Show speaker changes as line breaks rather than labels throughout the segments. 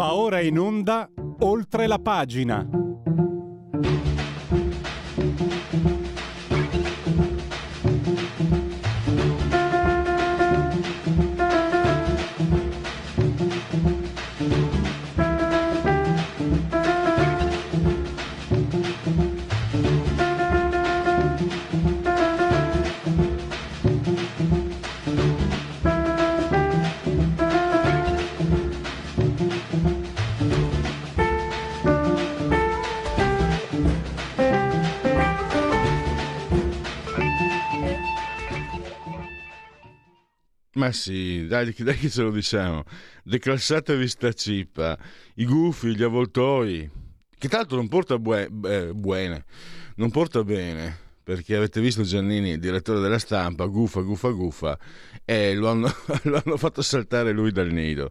Va ora in onda Oltre la pagina.
Ma sì, dai che ce lo diciamo. Declassatevi sta cippa, i gufi, gli avvoltoi, che tra l'altro non porta non porta bene, perché avete visto Giannini, il direttore della Stampa, gufa, e lo hanno, lo hanno fatto saltare lui dal nido.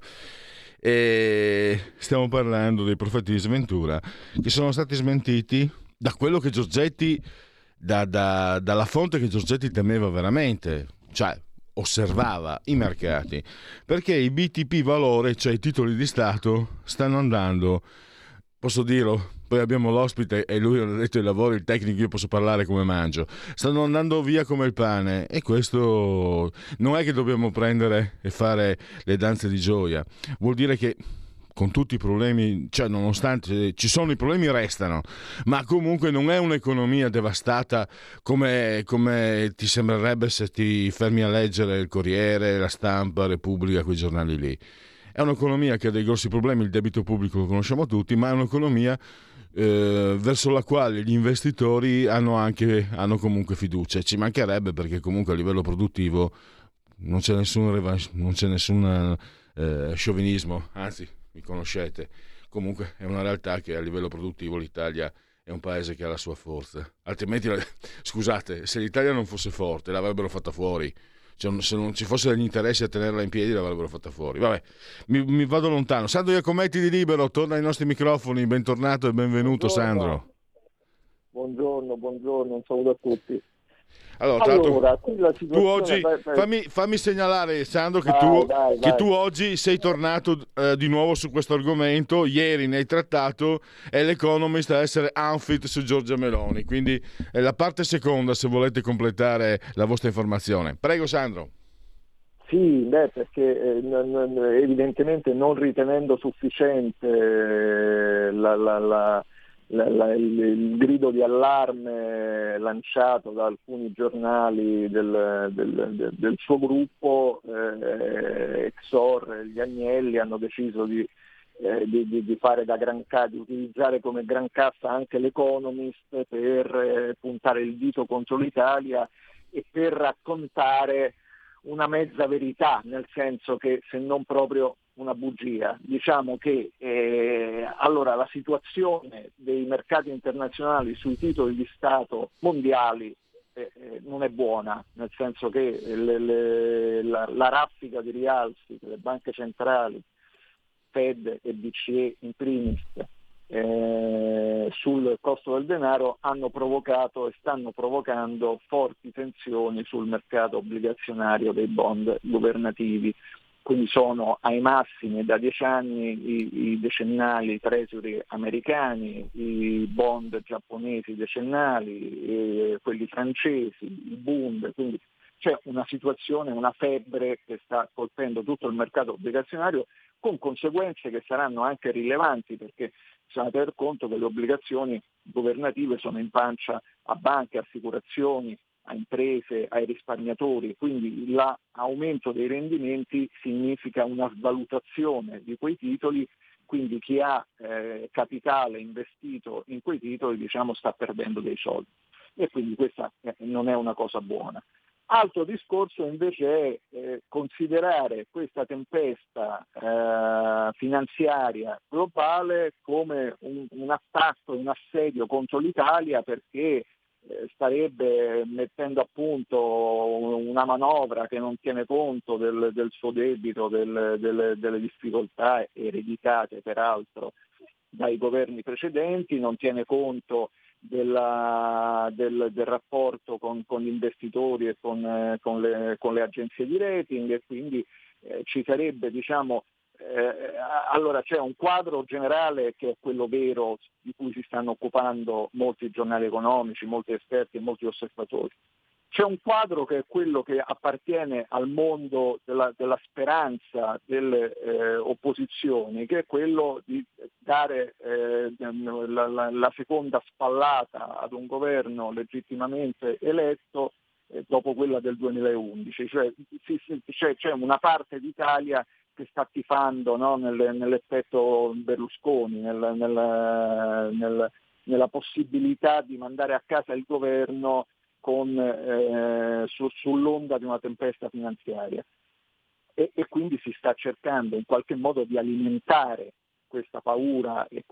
E stiamo parlando dei profeti di sventura che sono stati smentiti da quello che Giorgetti, dalla fonte che Giorgetti temeva veramente, cioè osservava i mercati, perché i BTP valore, cioè i titoli di Stato, stanno andando, posso dirlo, poi abbiamo l'ospite e lui ha detto i lavori, il tecnico, io posso parlare come mangio, stanno andando via come il pane, e questo non è che dobbiamo prendere e fare le danze di gioia, vuol dire che con tutti i problemi, cioè nonostante ci sono i problemi restano, ma comunque non è un'economia devastata come ti sembrerebbe se ti fermi a leggere il Corriere, la Stampa, Repubblica, quei giornali lì. È un'economia che ha dei grossi problemi, il debito pubblico lo conosciamo tutti, ma è un'economia verso la quale gli investitori hanno comunque fiducia. Ci mancherebbe, perché comunque a livello produttivo non c'è nessun sciovinismo, anzi, mi conoscete, comunque è una realtà che a livello produttivo l'Italia è un paese che ha la sua forza, altrimenti scusate, se l'Italia non fosse forte l'avrebbero fatta fuori, cioè, se non ci fossero degli interessi a tenerla in piedi l'avrebbero fatta fuori. Vabbè, mi vado lontano. Sandro Iacometti di Libero torna ai nostri microfoni, bentornato e benvenuto. Buongiorno.
Sandro. Buongiorno, un saluto a tutti.
Allora,
qui la
tu oggi fammi segnalare, Sandro, che tu oggi sei tornato di nuovo su questo argomento. Ieri ne hai trattato e l'Economist a essere unfit su Giorgia Meloni, quindi è la parte seconda se volete completare la vostra informazione. Prego, Sandro.
Sì, perché evidentemente non ritenendo sufficiente il grido di allarme lanciato da alcuni giornali del suo gruppo, Exor e gli Agnelli hanno deciso di fare di utilizzare come gran cassa anche l'Economist per puntare il dito contro l'Italia e per raccontare una mezza verità, nel senso che se non proprio una bugia. Diciamo che allora la situazione dei mercati internazionali sui titoli di Stato mondiali non è buona, nel senso che la raffica di rialzi delle banche centrali, Fed e BCE in primis, sul costo del denaro hanno provocato e stanno provocando forti tensioni sul mercato obbligazionario dei bond governativi, quindi sono ai massimi da 10 anni i decennali treasury americani, i bond giapponesi decennali, quelli francesi, i Bund, quindi c'è una situazione, una febbre che sta colpendo tutto il mercato obbligazionario, con conseguenze che saranno anche rilevanti, perché bisogna tener conto che le obbligazioni governative sono in pancia a banche, assicurazioni, a imprese, ai risparmiatori, quindi l'aumento dei rendimenti significa una svalutazione di quei titoli, quindi chi ha capitale investito in quei titoli sta perdendo dei soldi, e quindi questa non è una cosa buona. Altro discorso invece è considerare questa tempesta finanziaria globale come un attacco, un assedio contro l'Italia, perché starebbe mettendo a punto una manovra che non tiene conto del suo debito, delle difficoltà ereditate peraltro dai governi precedenti, non tiene conto del rapporto con gli investitori e con le agenzie di rating, e quindi ci sarebbe allora c'è un quadro generale che è quello vero di cui si stanno occupando molti giornali economici, molti esperti e molti osservatori. C'è un quadro che è quello che appartiene al mondo della speranza delle opposizioni, che è quello di dare la seconda spallata ad un governo legittimamente eletto dopo quella del 2011. Cioè c'è una parte d'Italia che sta tifando, no, nell'effetto Berlusconi, nella possibilità di mandare a casa il governo sull'onda di una tempesta finanziaria, e quindi si sta cercando in qualche modo di alimentare questa paura e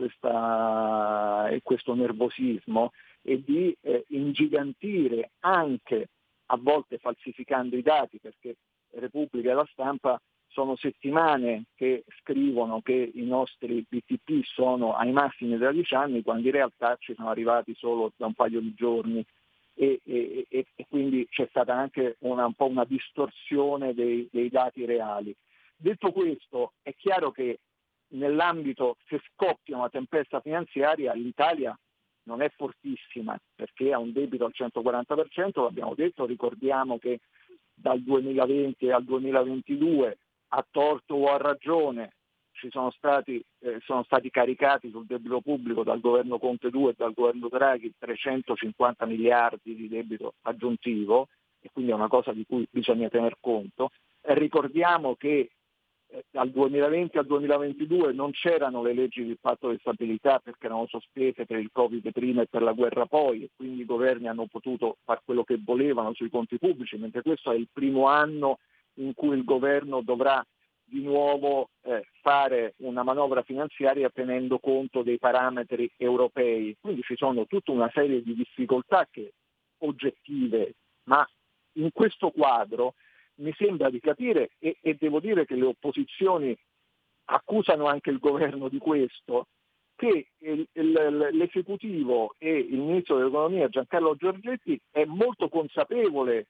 questo nervosismo e di ingigantire, anche a volte falsificando i dati, perché Repubblica e La Stampa sono settimane che scrivono che i nostri BTP sono ai massimi da 10 anni, quando in realtà ci sono arrivati solo da un paio di giorni. E quindi c'è stata anche un po' una distorsione dei dati reali. Detto questo, è chiaro che nell'ambito, se scoppia una tempesta finanziaria, l'Italia non è fortissima, perché ha un debito al 140%, l'abbiamo detto. Ricordiamo che dal 2020 al 2022, a torto o a ragione, sono stati caricati sul debito pubblico dal governo Conte 2 e dal governo Draghi 350 miliardi di debito aggiuntivo, e quindi è una cosa di cui bisogna tener conto. Ricordiamo che dal 2020 al 2022 non c'erano le leggi del patto di stabilità, perché erano sospese per il Covid prima e per la guerra poi, e quindi i governi hanno potuto fare quello che volevano sui conti pubblici, mentre questo è il primo anno in cui il governo dovrà di nuovo fare una manovra finanziaria tenendo conto dei parametri europei. Quindi ci sono tutta una serie di difficoltà oggettive, ma in questo quadro mi sembra di capire, e devo dire che le opposizioni accusano anche il governo di questo, che l'esecutivo e il ministro dell'economia Giancarlo Giorgetti è molto consapevole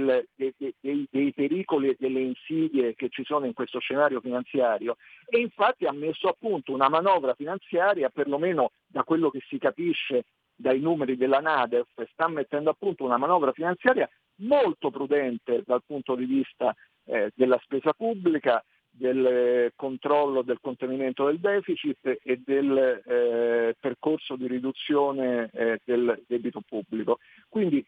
dei pericoli e delle insidie che ci sono in questo scenario finanziario, e infatti ha messo a punto una manovra finanziaria, perlomeno da quello che si capisce dai numeri della NADEF, sta mettendo a punto una manovra finanziaria molto prudente dal punto di vista della spesa pubblica, del controllo del contenimento del deficit e del percorso di riduzione del debito pubblico. Quindi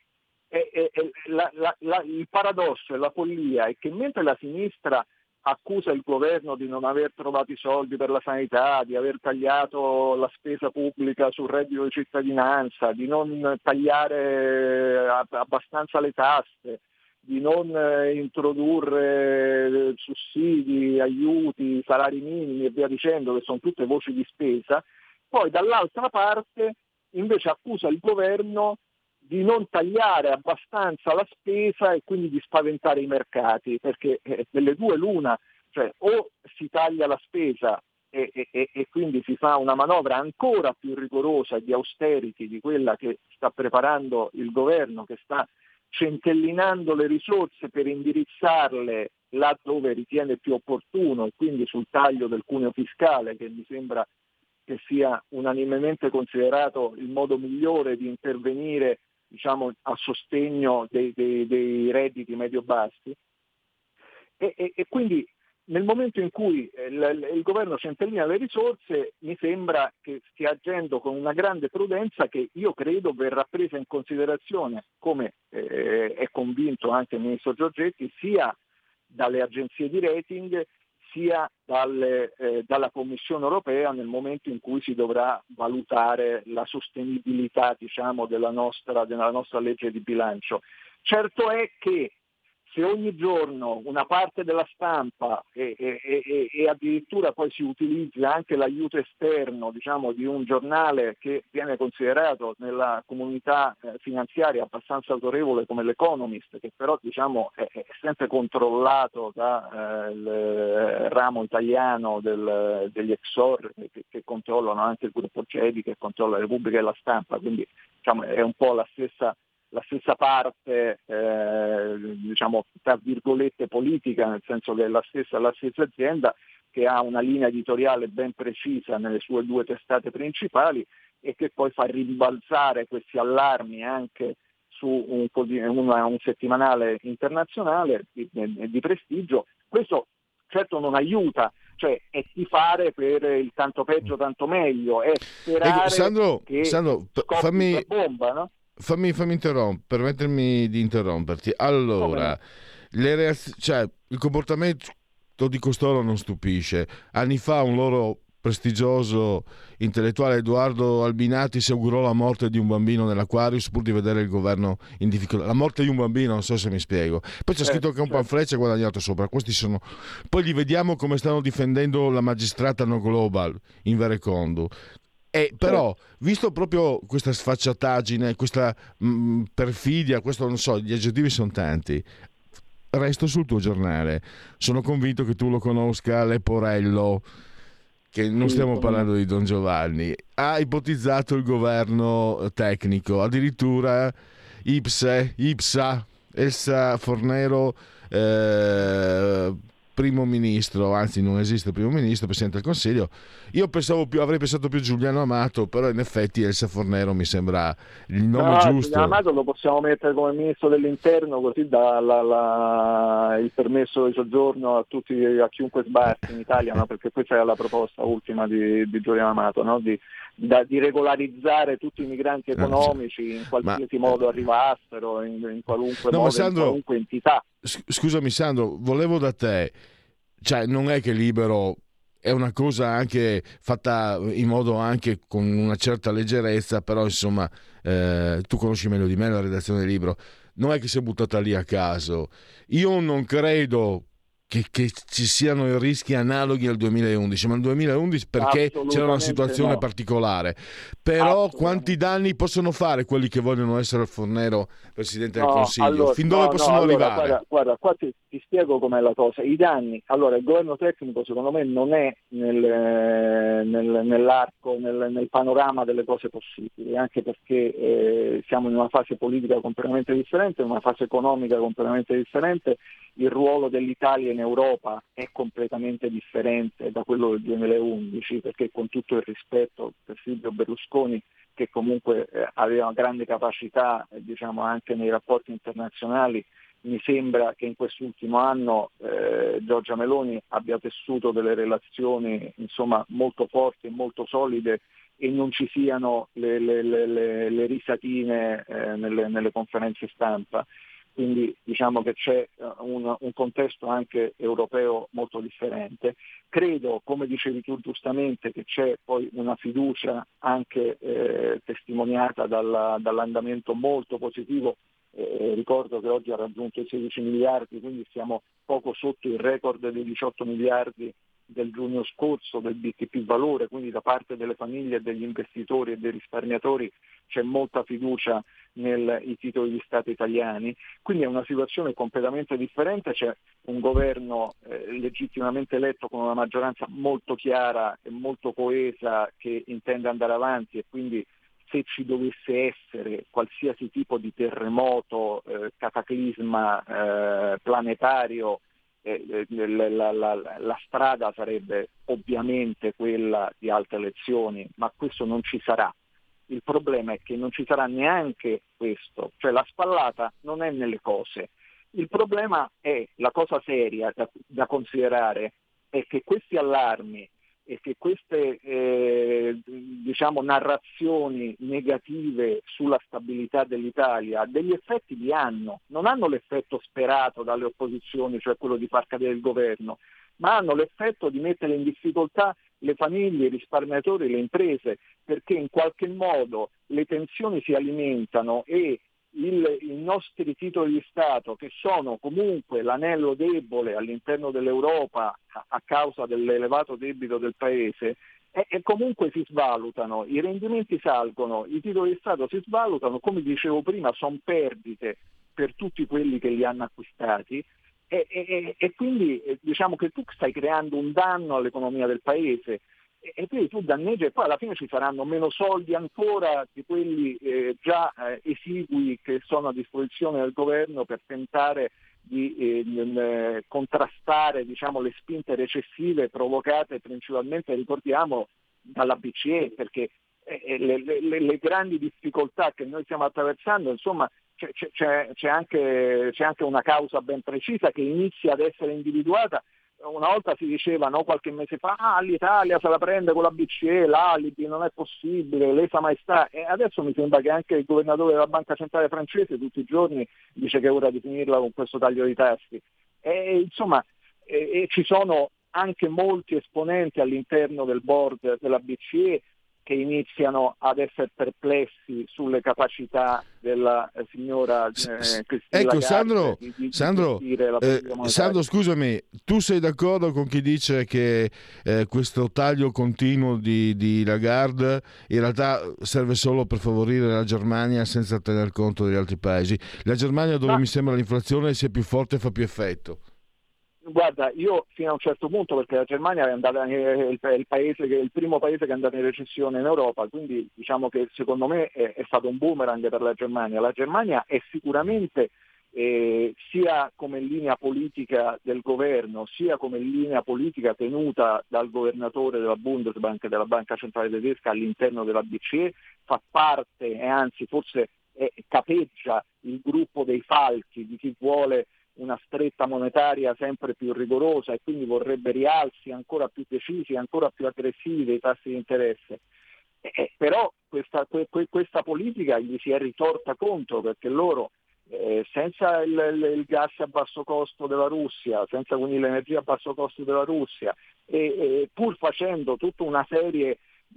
il paradosso e la follia è che mentre la sinistra accusa il governo di non aver trovato i soldi per la sanità, di aver tagliato la spesa pubblica sul reddito di cittadinanza, di non tagliare abbastanza le tasse, di non introdurre sussidi, aiuti, salari minimi e via dicendo, che sono tutte voci di spesa, poi dall'altra parte invece accusa il governo di non tagliare abbastanza la spesa e quindi di spaventare i mercati, perché delle due l'una, cioè o si taglia la spesa e quindi si fa una manovra ancora più rigorosa di austerity di quella che sta preparando il governo, che sta centellinando le risorse per indirizzarle là dove ritiene più opportuno, e quindi sul taglio del cuneo fiscale, che mi sembra che sia unanimemente considerato il modo migliore di intervenire, diciamo, a sostegno dei redditi medio-bassi, e quindi nel momento in cui il governo centellina le risorse, mi sembra che stia agendo con una grande prudenza, che io credo verrà presa in considerazione, come è convinto anche il ministro Giorgetti, sia dalle agenzie di rating sia dalla Commissione europea, nel momento in cui si dovrà valutare la sostenibilità, diciamo, della nostra legge di bilancio. Certo è che se ogni giorno una parte della stampa e addirittura poi si utilizza anche l'aiuto esterno, diciamo, di un giornale che viene considerato nella comunità finanziaria abbastanza autorevole come l'Economist, che però, diciamo, è sempre controllato dal ramo italiano degli Exor, che controllano anche il gruppo CEDI, che controlla la Repubblica e la Stampa, quindi, diciamo, è un po' la stessa parte, diciamo, tra virgolette, politica, nel senso che è la stessa azienda, che ha una linea editoriale ben precisa nelle sue due testate principali e che poi fa rimbalzare questi allarmi anche su un settimanale internazionale di prestigio. Questo certo non aiuta, cioè è tifare per il tanto peggio tanto meglio, è sperare
Sandro,
che
fammi
la bomba, no?
Fammi permettermi di interromperti. Allora, cioè, il comportamento di costoro non stupisce. Anni fa un loro prestigioso intellettuale, Edoardo Albinati, si augurò la morte di un bambino nell'Aquarius pur di vedere il governo in difficoltà. La morte di un bambino, non so se mi spiego. Poi c'è scritto che un panfletto e guadagnato sopra. Questi sono. Poi li vediamo come stanno difendendo la magistrata No Global in Verecondo. Però, visto proprio questa sfacciataggine, questa perfidia, questo non so, gli aggettivi sono tanti. Resto sul tuo giornale. Sono convinto che tu lo conosca, Leporello, che non stiamo parlando di Don Giovanni. Ha ipotizzato il governo tecnico, addirittura IPSA, Elsa Fornero, primo ministro, anzi non esiste primo ministro, presidente del Consiglio. Io avrei pensato più Giuliano Amato, però in effetti Elsa Fornero mi sembra il nome giusto.
Giuliano Amato lo possiamo mettere come ministro dell'interno, così dà il permesso di soggiorno a chiunque sbarchi in Italia, no? Perché questa è la proposta ultima di Giuliano Amato, no? Di regolarizzare tutti i migranti economici in qualsiasi modo arrivassero, in qualunque modo, Sandro, in qualunque entità.
Scusami Sandro, volevo da te, cioè non è che Libero è una cosa anche fatta in modo anche con una certa leggerezza, però insomma tu conosci meglio di me la redazione del Libro, non è che si è buttata lì a caso. Io non credo che ci siano i rischi analoghi al 2011, ma nel 2011 perché c'era una situazione particolare. Però quanti danni possono fare quelli che vogliono essere al Fornero Presidente del Consiglio?
Allora,
fin dove possono arrivare?
Guarda, qua ti spiego com'è la cosa. I danni, allora il governo tecnico secondo me non è nell'arco, nel panorama delle cose possibili, anche perché siamo in una fase politica completamente differente, in una fase economica completamente differente. Il ruolo dell'Italia in Europa è completamente differente da quello del 2011, perché con tutto il rispetto per Silvio Berlusconi, che comunque aveva una grande capacità diciamo anche nei rapporti internazionali, mi sembra che in quest'ultimo anno Giorgia Meloni abbia tessuto delle relazioni insomma molto forti e molto solide e non ci siano le risatine nelle conferenze stampa. Quindi diciamo che c'è un contesto anche europeo molto differente. Credo, come dicevi tu giustamente, che c'è poi una fiducia anche testimoniata dall'andamento molto positivo. Ricordo che oggi ha raggiunto i 16 miliardi, quindi siamo poco sotto il record dei 18 miliardi del giugno scorso del BTP valore, quindi da parte delle famiglie, degli investitori e dei risparmiatori c'è molta fiducia nei titoli di Stato italiani, quindi è una situazione completamente differente. C'è un governo legittimamente eletto con una maggioranza molto chiara e molto coesa che intende andare avanti, e quindi se ci dovesse essere qualsiasi tipo di terremoto, cataclisma planetario, la strada sarebbe ovviamente quella di alte elezioni, ma questo non ci sarà. Il problema è che non ci sarà neanche questo, cioè la spallata non è nelle cose. Il problema è, la cosa seria da considerare è che questi allarmi e che queste diciamo narrazioni negative sulla stabilità dell'Italia degli effetti li hanno, non hanno l'effetto sperato dalle opposizioni, cioè quello di far cadere il governo, ma hanno l'effetto di mettere in difficoltà le famiglie, i risparmiatori, le imprese, perché in qualche modo le tensioni si alimentano e i nostri titoli di Stato, che sono comunque l'anello debole all'interno dell'Europa a causa dell'elevato debito del Paese, e comunque si svalutano, i rendimenti salgono, i titoli di Stato si svalutano, come dicevo prima sono perdite per tutti quelli che li hanno acquistati, e quindi diciamo che tu stai creando un danno all'economia del Paese, e quindi tu danneggi, e poi alla fine ci saranno meno soldi ancora di quelli già esigui che sono a disposizione del governo per tentare contrastare, diciamo, le spinte recessive provocate principalmente, ricordiamo, dalla BCE, perché le grandi difficoltà che noi stiamo attraversando, insomma, c'è anche una causa ben precisa che inizia ad essere individuata. Una volta si diceva, no, qualche mese fa, l'Italia se la prende con la BCE, l'alibi, non è possibile, lesa maestà, e adesso mi sembra che anche il governatore della Banca Centrale francese tutti i giorni dice che è ora di finirla con questo taglio di tassi. Insomma, ci sono anche molti esponenti all'interno del board della BCE che iniziano ad essere perplessi sulle capacità della signora Christine
ecco,
Lagarde
Sandro, Sandro, scusami, tu sei d'accordo con chi dice che questo taglio continuo di Lagarde in realtà serve solo per favorire la Germania senza tener conto degli altri paesi? La Germania, dove mi sembra l'inflazione sia più forte, fa più effetto.
Guarda, io fino a un certo punto, perché la Germania è andata, è il primo paese che è andato in recessione in Europa, quindi diciamo che secondo me è stato un boomerang per la Germania. La Germania è sicuramente sia come linea politica del governo, sia come linea politica tenuta dal governatore della Bundesbank, della Banca Centrale Tedesca all'interno della BCE, fa parte e anzi forse capeggia il gruppo dei falchi, di chi vuole una stretta monetaria sempre più rigorosa e quindi vorrebbe rialzi ancora più decisi, ancora più aggressivi dei tassi di interesse. Però questa politica gli si è ritorta contro, perché loro senza il gas a basso costo della Russia, senza quindi l'energia a basso costo della Russia, pur facendo tutta una serie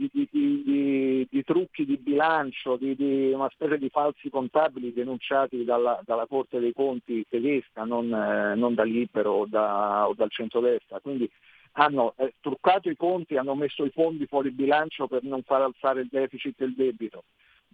di trucchi di bilancio, di una specie di falsi contabili denunciati dalla Corte dei Conti tedesca, non da Libero o dal centrodestra. Quindi hanno truccato i conti, hanno messo i fondi fuori bilancio per non far alzare il deficit e il debito.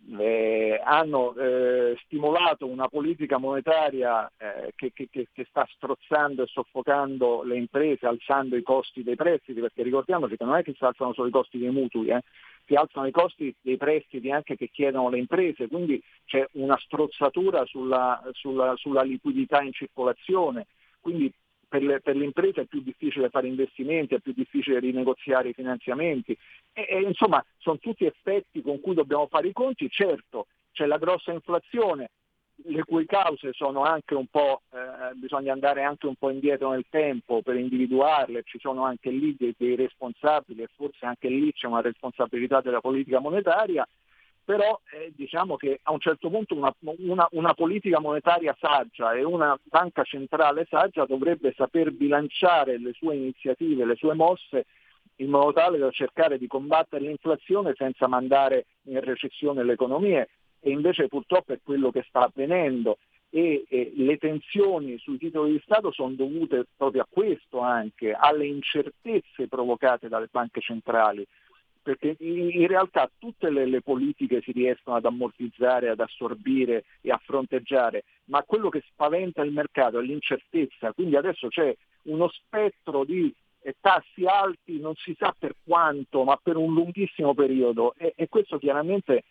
Hanno stimolato una politica monetaria che sta strozzando e soffocando le imprese, alzando i costi dei prestiti, perché ricordiamoci che non è che si alzano solo i costi dei mutui, si alzano i costi dei prestiti anche che chiedono le imprese, quindi c'è una strozzatura sulla liquidità in circolazione, quindi per le imprese è più difficile fare investimenti, è più difficile rinegoziare i finanziamenti e insomma sono tutti effetti con cui dobbiamo fare i conti. Certo, c'è la grossa inflazione, le cui cause sono anche un po', bisogna andare anche un po' indietro nel tempo per individuarle, ci sono anche lì dei responsabili e forse anche lì c'è una responsabilità della politica monetaria. Però diciamo che a un certo punto una politica monetaria saggia e una banca centrale saggia dovrebbe saper bilanciare le sue iniziative, le sue mosse, in modo tale da cercare di combattere l'inflazione senza mandare in recessione le economie, e invece purtroppo è quello che sta avvenendo e le tensioni sui titoli di Stato sono dovute proprio a questo, anche alle incertezze provocate dalle banche centrali. Perché in realtà tutte le politiche si riescono ad ammortizzare, ad assorbire e a fronteggiare, ma quello che spaventa il mercato è l'incertezza, quindi adesso c'è uno spettro di tassi alti, non si sa per quanto, ma per un lunghissimo periodo e questo chiaramente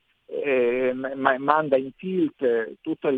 manda in tilt tutti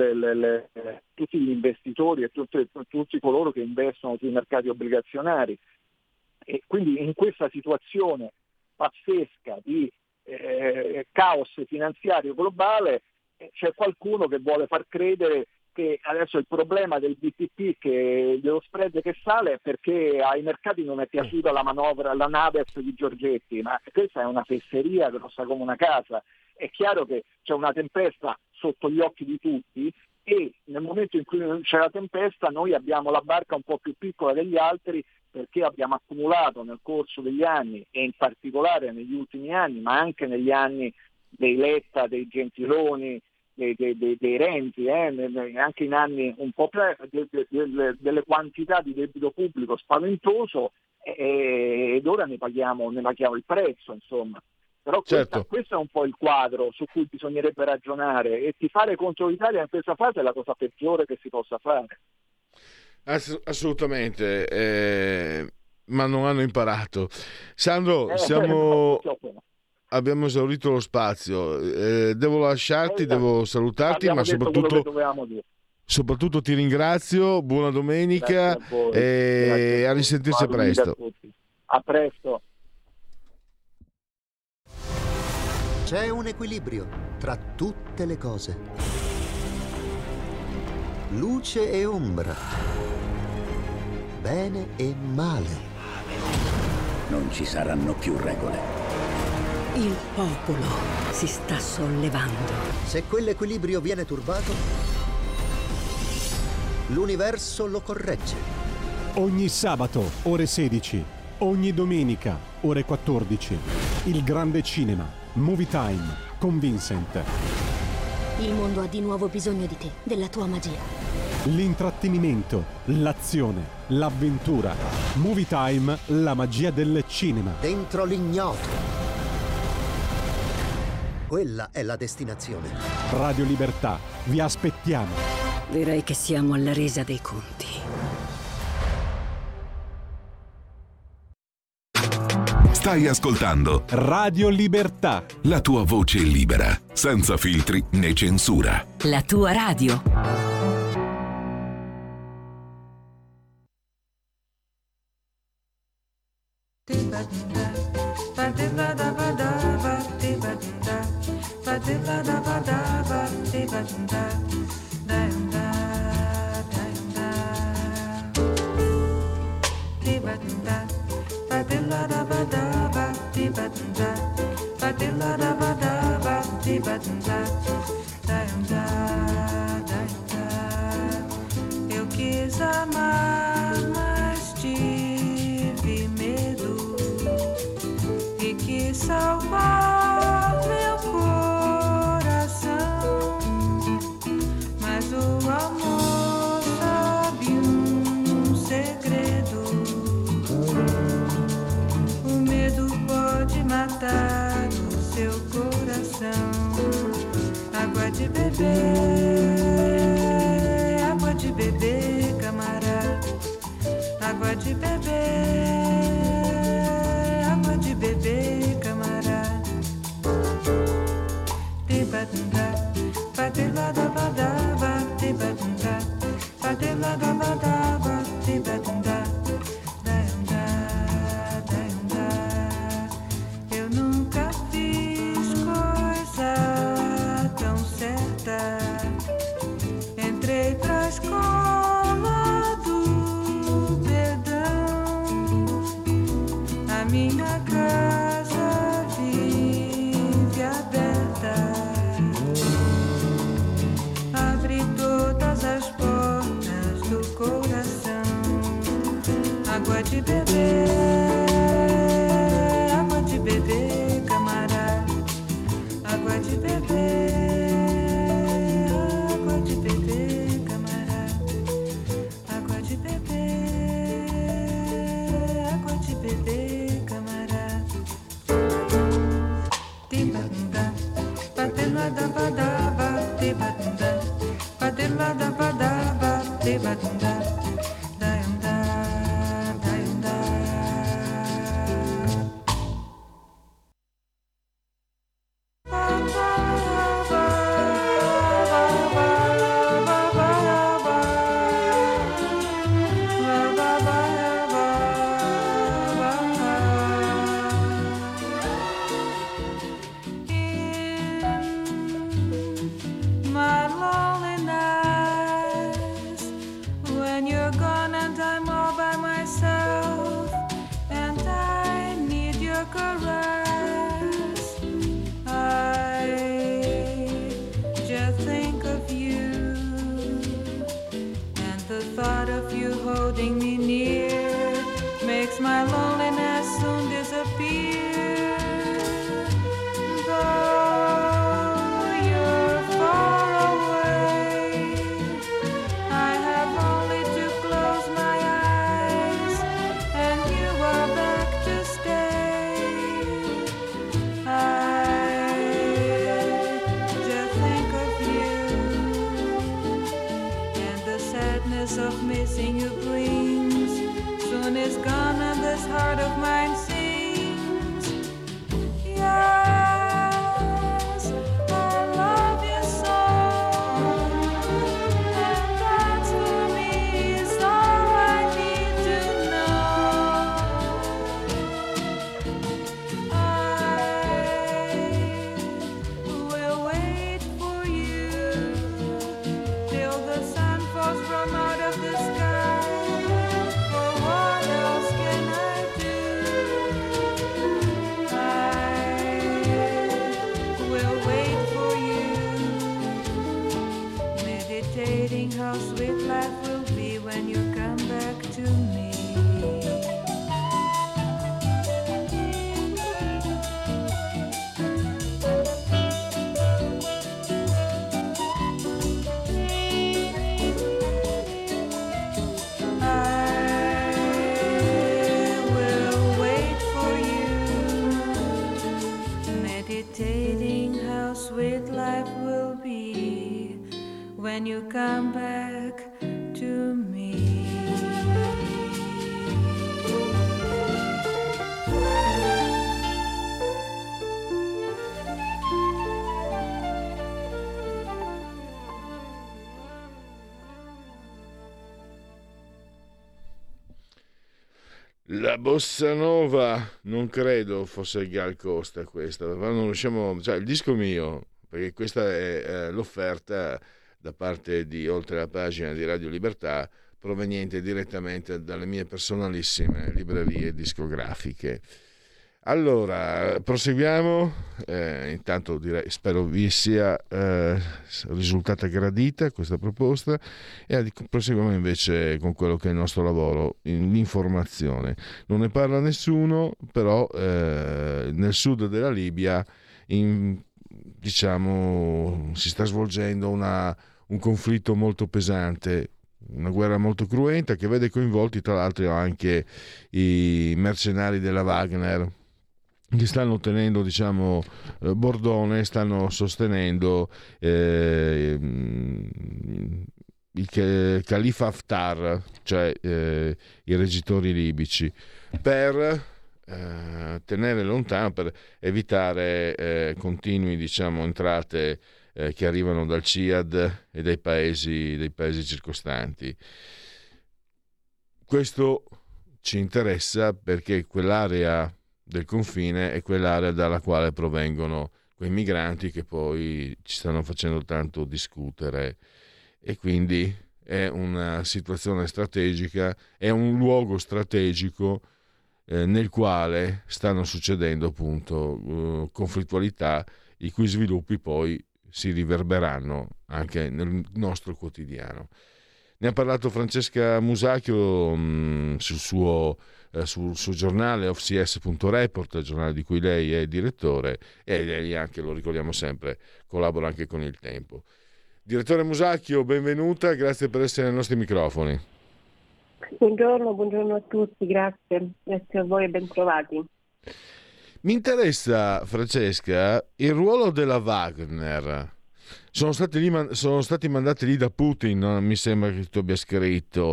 gli investitori e tutti coloro che investono sui mercati obbligazionari e quindi in questa situazione pazzesca di caos finanziario globale c'è qualcuno che vuole far credere che adesso il problema del BTP, dello spread che sale, è perché ai mercati non è piaciuta la manovra, la NADEF di Giorgetti, ma questa è una fesseria grossa come una casa. È chiaro che c'è una tempesta sotto gli occhi di tutti e nel momento in cui c'è la tempesta noi abbiamo la barca un po' più piccola degli altri, perché abbiamo accumulato nel corso degli anni e in particolare negli ultimi anni, ma anche negli anni dei Letta, dei Gentiloni, dei Renzi, anche in anni un po' delle quantità di debito pubblico spaventoso ed ora ne paghiamo il prezzo, insomma. Però
certo.
Questo è un po' il quadro su cui bisognerebbe ragionare e tifare contro l'Italia in questa fase è la cosa peggiore che si possa fare.
Assolutamente, ma non hanno imparato. Sandro, abbiamo esaurito lo spazio, devo lasciarti, devo salutarti, ma soprattutto soprattutto ti ringrazio, buona domenica e a risentirci presto.
A presto.
C'è un equilibrio tra tutte le cose. Luce e ombra. Bene e male.
Non ci saranno più regole.
Il popolo si sta sollevando.
Se quell'equilibrio viene turbato, l'universo lo corregge.
Ogni sabato, ore 16. Ogni domenica, ore 14. Il grande cinema. Movie Time con Vincent.
Il mondo ha di nuovo bisogno di te, della tua magia.
L'intrattenimento, l'azione, l'avventura. Movie Time, la magia del cinema.
Dentro l'ignoto. Quella è la destinazione.
Radio Libertà, vi aspettiamo.
Direi che siamo alla resa dei conti.
Stai ascoltando
Radio Libertà.
la tua voce libera, senza filtri né censura.
La tua radio.
Eu quis amar, mas tive medo e quis salvar meu coração, mas o amor sabe um segredo. O medo pode matar o seu coração. Água de beber, água de beber, camarada. Água de beber, água de beber, camarada. Tibadunda, badilada, tibadunda, badilada, tibadunda. Eu nunca fiz coisa tão certa. Entrei pra escola do perdão. A minha casa vive aberta. Abre todas as portas do coração. Água de beber, água de beber, camarada. Água de beber, água de beber, camarada. Água de beber, água de beber, camarada. Tibadunda, badilada, badaba, tibadunda, badilada, badaba, tibadunda. My lonely nights, when you're gone and I'm all by myself, and I need your caress, I just think of you, and the thought of you holding me near makes my loneliness soon disappear. Though you're far away, I have only to close my eyes, and you are back to stay. I just think of you, and the sadness of missing you brings soon is gone, and this heart of mine sings. Yes, I love you so, and I come back to me.
La bossa nova, non credo fosse Gal Costa questa, ma non riusciamo, cioè il disco mio, perché questa è l'offerta da parte di Oltre la pagina di Radio Libertà, proveniente direttamente dalle mie personalissime librerie discografiche. Allora, proseguiamo. Intanto direi, spero vi sia risultata gradita questa proposta e proseguiamo invece con quello che è il nostro lavoro, l'informazione. Non ne parla nessuno, però nel sud della Libia diciamo si sta svolgendo un conflitto molto pesante, una guerra molto cruenta che vede coinvolti tra l'altro anche i mercenari della Wagner, che stanno tenendo, diciamo, bordone, stanno sostenendo il Khalifa Haftar, cioè i reggitori libici, per tenere lontano, per evitare continui, diciamo, entrate che arrivano dal Ciad e dei paesi circostanti. Questo ci interessa perché quell'area del confine è quell'area dalla quale provengono quei migranti che poi ci stanno facendo tanto discutere, e quindi è una situazione strategica, è un luogo strategico nel quale stanno succedendo appunto conflittualità i cui sviluppi poi si riverberanno anche nel nostro quotidiano. Ne ha parlato Francesca Musacchio sul suo giornale offcs.report, giornale di cui lei è direttore, e lei anche, lo ricordiamo sempre, collabora anche con Il Tempo. Direttore Musacchio, benvenuta, grazie per essere ai nostri microfoni.
Buongiorno a tutti, grazie a voi e bentrovati.
Mi interessa, Francesca, il ruolo della Wagner. Sono stati mandati lì da Putin, no? Mi sembra che tu abbia scritto.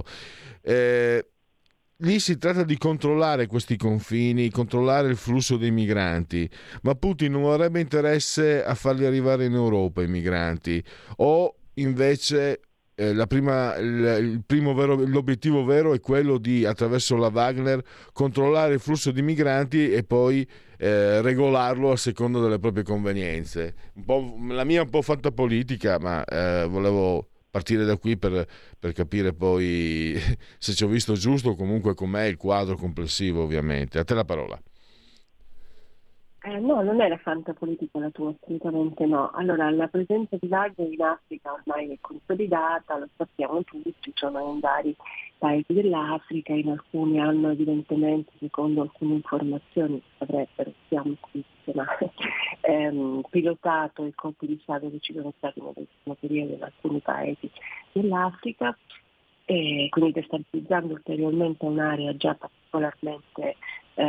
Lì si tratta di controllare questi confini, controllare il flusso dei migranti, ma Putin non avrebbe interesse a farli arrivare in Europa i migranti, o invece l'obiettivo vero è quello di, attraverso la Wagner, controllare il flusso di migranti e poi regolarlo a seconda delle proprie convenienze. La mia è un po' fatta politica, ma volevo partire da qui per capire poi se ci ho visto giusto, o comunque com'è il quadro complessivo, ovviamente. A te la parola.
No, non è la fantapolitica la tua, assolutamente no. Allora, la presenza di Wagner in Africa ormai è consolidata, lo sappiamo tutti, sono in vari paesi dell'Africa, in alcuni hanno evidentemente, secondo alcune informazioni, avrebbero, siamo qui, ma pilotato i colpi di Stato che ci sono stati nell'ultimo periodo in alcuni paesi dell'Africa, e quindi destabilizzando ulteriormente un'area già particolarmente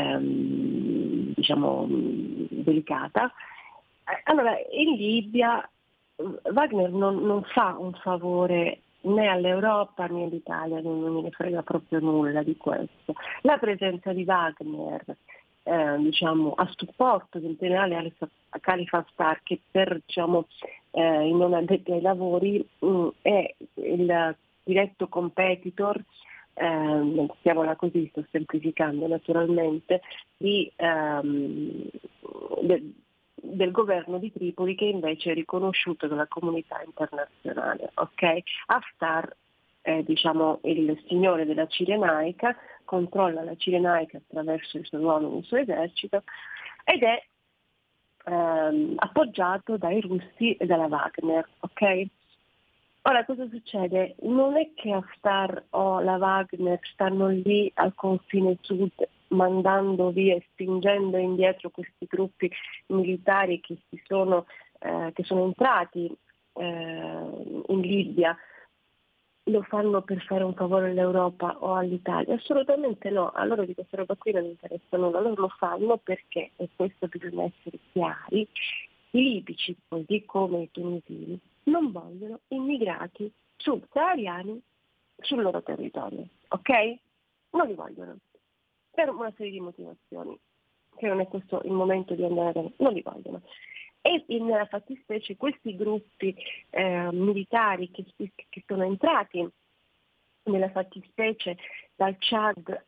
delicata. Allora, in Libia Wagner non fa un favore né all'Europa né all'Italia, non ne frega proprio nulla di questo. La presenza di Wagner a supporto del generale Khalifa Haftar, che per i non addetti ai lavori è il diretto competitor, mettiamola così, sto semplificando naturalmente, del governo di Tripoli, che invece è riconosciuto dalla comunità internazionale. Okay? Haftar è il signore della Cirenaica, controlla la Cirenaica attraverso i suoi uomini e il suo esercito, ed è appoggiato dai russi e dalla Wagner. Okay? Ora, cosa succede? Non è che Haftar o la Wagner stanno lì al confine sud mandando via e spingendo indietro questi gruppi militari che sono entrati in Libia. Lo fanno per fare un favore all'Europa o all'Italia? Assolutamente no, a loro di questa roba qui non interessa nulla, loro lo fanno perché, e questo bisogna essere chiari, i libici, così come i tunisini, non vogliono immigrati subsahariani sul loro territorio, ok? Non li vogliono, per una serie di motivazioni, che non è questo il momento di andare a vedere, non li vogliono. E nella fattispecie questi gruppi militari che sono entrati nella fattispecie dal Chad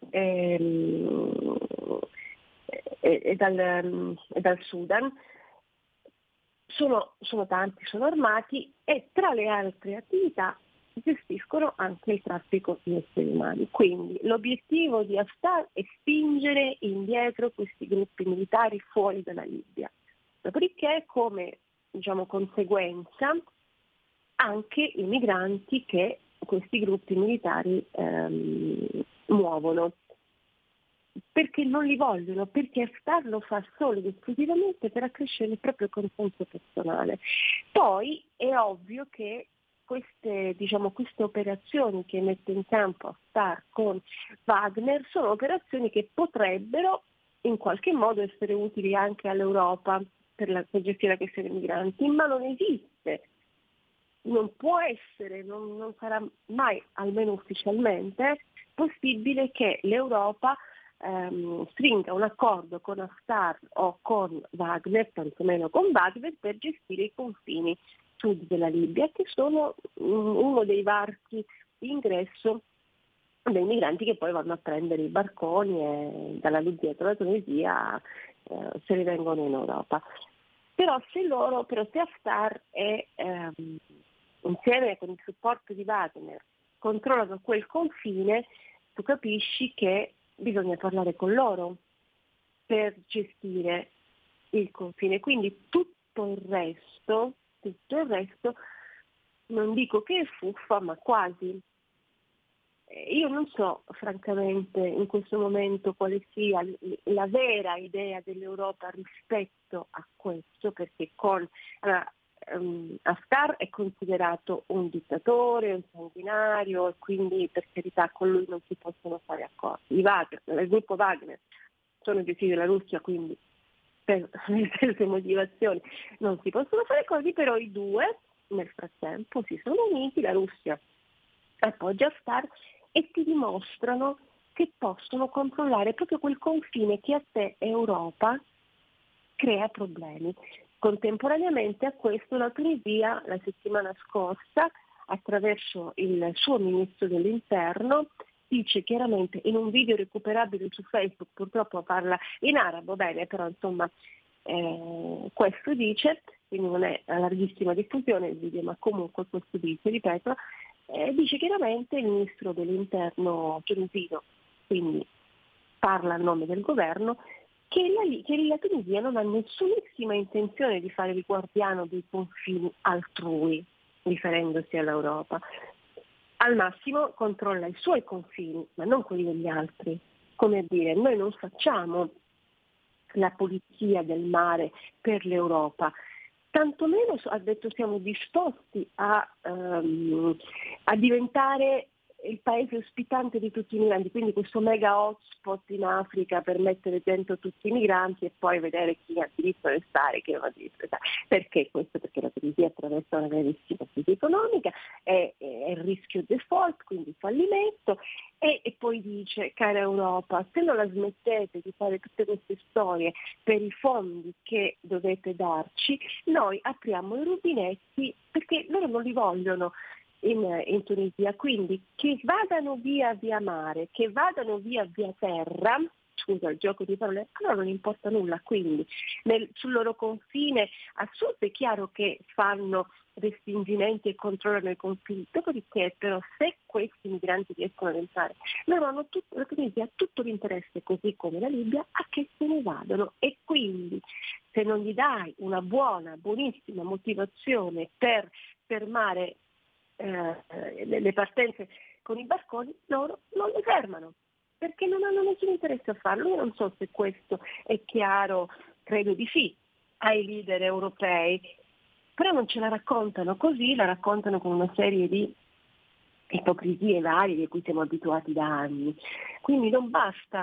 e dal Sudan, sono tanti, sono armati e tra le altre attività gestiscono anche il traffico di esseri umani. Quindi l'obiettivo di Haftar è spingere indietro questi gruppi militari fuori dalla Libia. Dopodiché, come conseguenza, anche i migranti che questi gruppi militari muovono. Perché non li vogliono? Perché Haftar lo fa solo ed esclusivamente per accrescere il proprio consenso personale. Poi è ovvio che queste operazioni che mette in campo Haftar con Wagner sono operazioni che potrebbero in qualche modo essere utili anche all'Europa per gestire la questione dei migranti, ma non esiste. Non può essere, non sarà mai, almeno ufficialmente, possibile che l'Europa stringa un accordo con Haftar o con Wagner, tantomeno con Wagner, per gestire i confini sud della Libia, che sono uno dei varchi di ingresso dei migranti che poi vanno a prendere i barconi e dalla Libia e dalla Tunisia se li vengono in Europa. Però se Haftar è insieme con il supporto di Wagner controllano quel confine, tu capisci che bisogna parlare con loro per gestire il confine. Quindi tutto il resto non dico che è fuffa, ma quasi. Io non so francamente in questo momento quale sia la vera idea dell'Europa rispetto a questo, perché Haftar è considerato un dittatore, un sanguinario, e quindi per carità con lui non si possono fare accordi. Il gruppo Wagner sono gestiti dalla Russia, quindi per le stesse motivazioni non si possono fare accordi, però i due nel frattempo si sono uniti, la Russia appoggia Haftar e ti dimostrano che possono controllare proprio quel confine che a te Europa crea problemi. Contemporaneamente a questo la Tunisia la settimana scorsa, attraverso il suo ministro dell'interno, dice chiaramente in un video recuperabile su Facebook, purtroppo parla in arabo, bene, però insomma questo dice, quindi non è a larghissima diffusione il video, ma comunque questo dice, ripeto, dice chiaramente il ministro dell'interno tunisino, quindi parla a nome del governo, che la Tunisia non ha nessunissima intenzione di fare il guardiano dei confini altrui, riferendosi all'Europa. Al massimo controlla i suoi confini, ma non quelli degli altri. Come a dire, noi non facciamo la polizia del mare per l'Europa, tantomeno ha detto siamo disposti a diventare il paese ospitante di tutti i migranti, quindi questo mega hotspot in Africa per mettere dentro tutti i migranti e poi vedere chi ha diritto a restare e chi non ha diritto a restare. Perché questo? Perché la Tunisia attraversa una gravissima crisi economica, è il rischio default, quindi fallimento, e poi dice, cara Europa, se non la smettete di fare tutte queste storie per i fondi che dovete darci, noi apriamo i rubinetti perché loro non li vogliono in Tunisia, quindi che vadano via mare, che vadano via terra, scusa il gioco di parole, allora non importa nulla, quindi sul loro confine a sud è chiaro che fanno respingimenti e controllano i confini, dopodiché però se questi migranti riescono ad entrare, loro hanno la Tunisia ha tutto l'interesse, così come la Libia, a che se ne vadano, e quindi se non gli dai una buonissima motivazione per fermare le partenze con i barconi, loro non le fermano perché non hanno nessun interesse a farlo. Io non so se questo è chiaro, credo di sì ai leader europei, però non ce la raccontano così, la raccontano con una serie di ipocrisie varie di cui siamo abituati da anni. Quindi non basta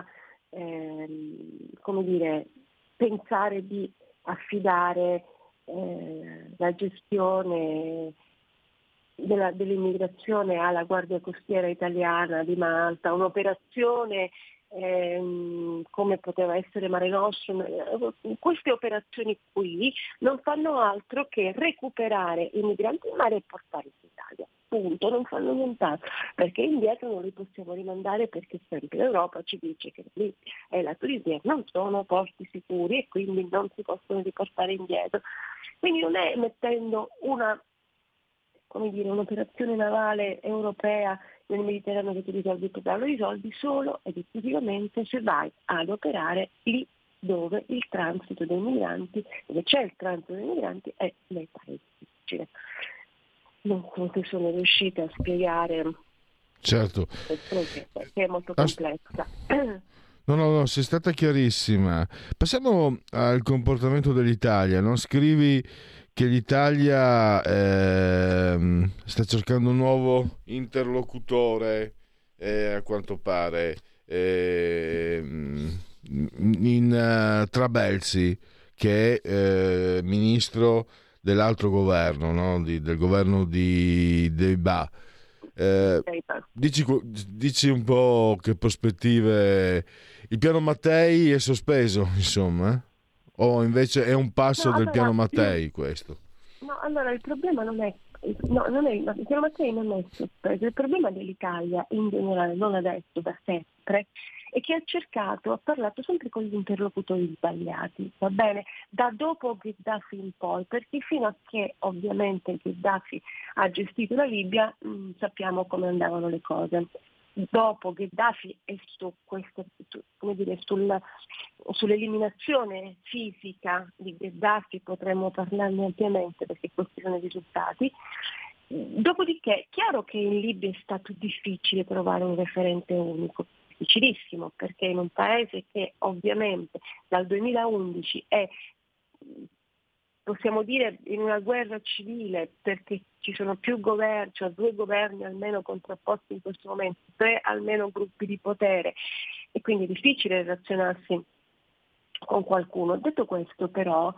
pensare di affidare la gestione dell'immigrazione alla Guardia Costiera Italiana di Malta, un'operazione come poteva essere Mare Nostrum. Queste operazioni qui non fanno altro che recuperare i migranti in mare e portarli in Italia. Punto, non fanno nient'altro, perché indietro non li possiamo rimandare, perché sempre l'Europa ci dice che lì e la Tunisia non sono porti sicuri e quindi non si possono riportare indietro. Quindi non è mettendo un'operazione navale europea nel Mediterraneo che ti risolvi il problema, lo risolvi solo ed esclusivamente se vai ad operare lì dove il transito dei migranti, dove c'è il transito dei migranti, è nei paesi difficili. Non so se sono riuscita a spiegare.
Certo.
Che è molto complessa.
No, sei stata chiarissima. Passiamo al comportamento dell'Italia. Non scrivi che l'Italia sta cercando un nuovo interlocutore, a quanto pare, tra Belsi, che è ministro dell'altro governo, no? Del governo di Deiba. Dici un po' che prospettive. Il piano Mattei è sospeso, insomma, o invece è un passo del piano Mattei questo?
No, allora il problema non è il piano Mattei non è sospeso. Il problema dell'Italia in generale, non adesso, da sempre, è che ha parlato sempre con gli interlocutori sbagliati, va bene? Da dopo Gheddafi in poi, perché fino a che ovviamente Gheddafi ha gestito la Libia sappiamo come andavano le cose. Dopo Gheddafi e sull'eliminazione fisica di Gheddafi potremmo parlarne ampiamente, perché questi sono i risultati. Dopodiché è chiaro che in Libia è stato difficile trovare un referente unico, difficilissimo, perché in un paese che ovviamente dal 2011 è, possiamo dire, in una guerra civile, perché ci sono più governi, cioè 2 governi almeno contrapposti in questo momento, 3 almeno gruppi di potere, e quindi è difficile relazionarsi con qualcuno. Detto questo, però,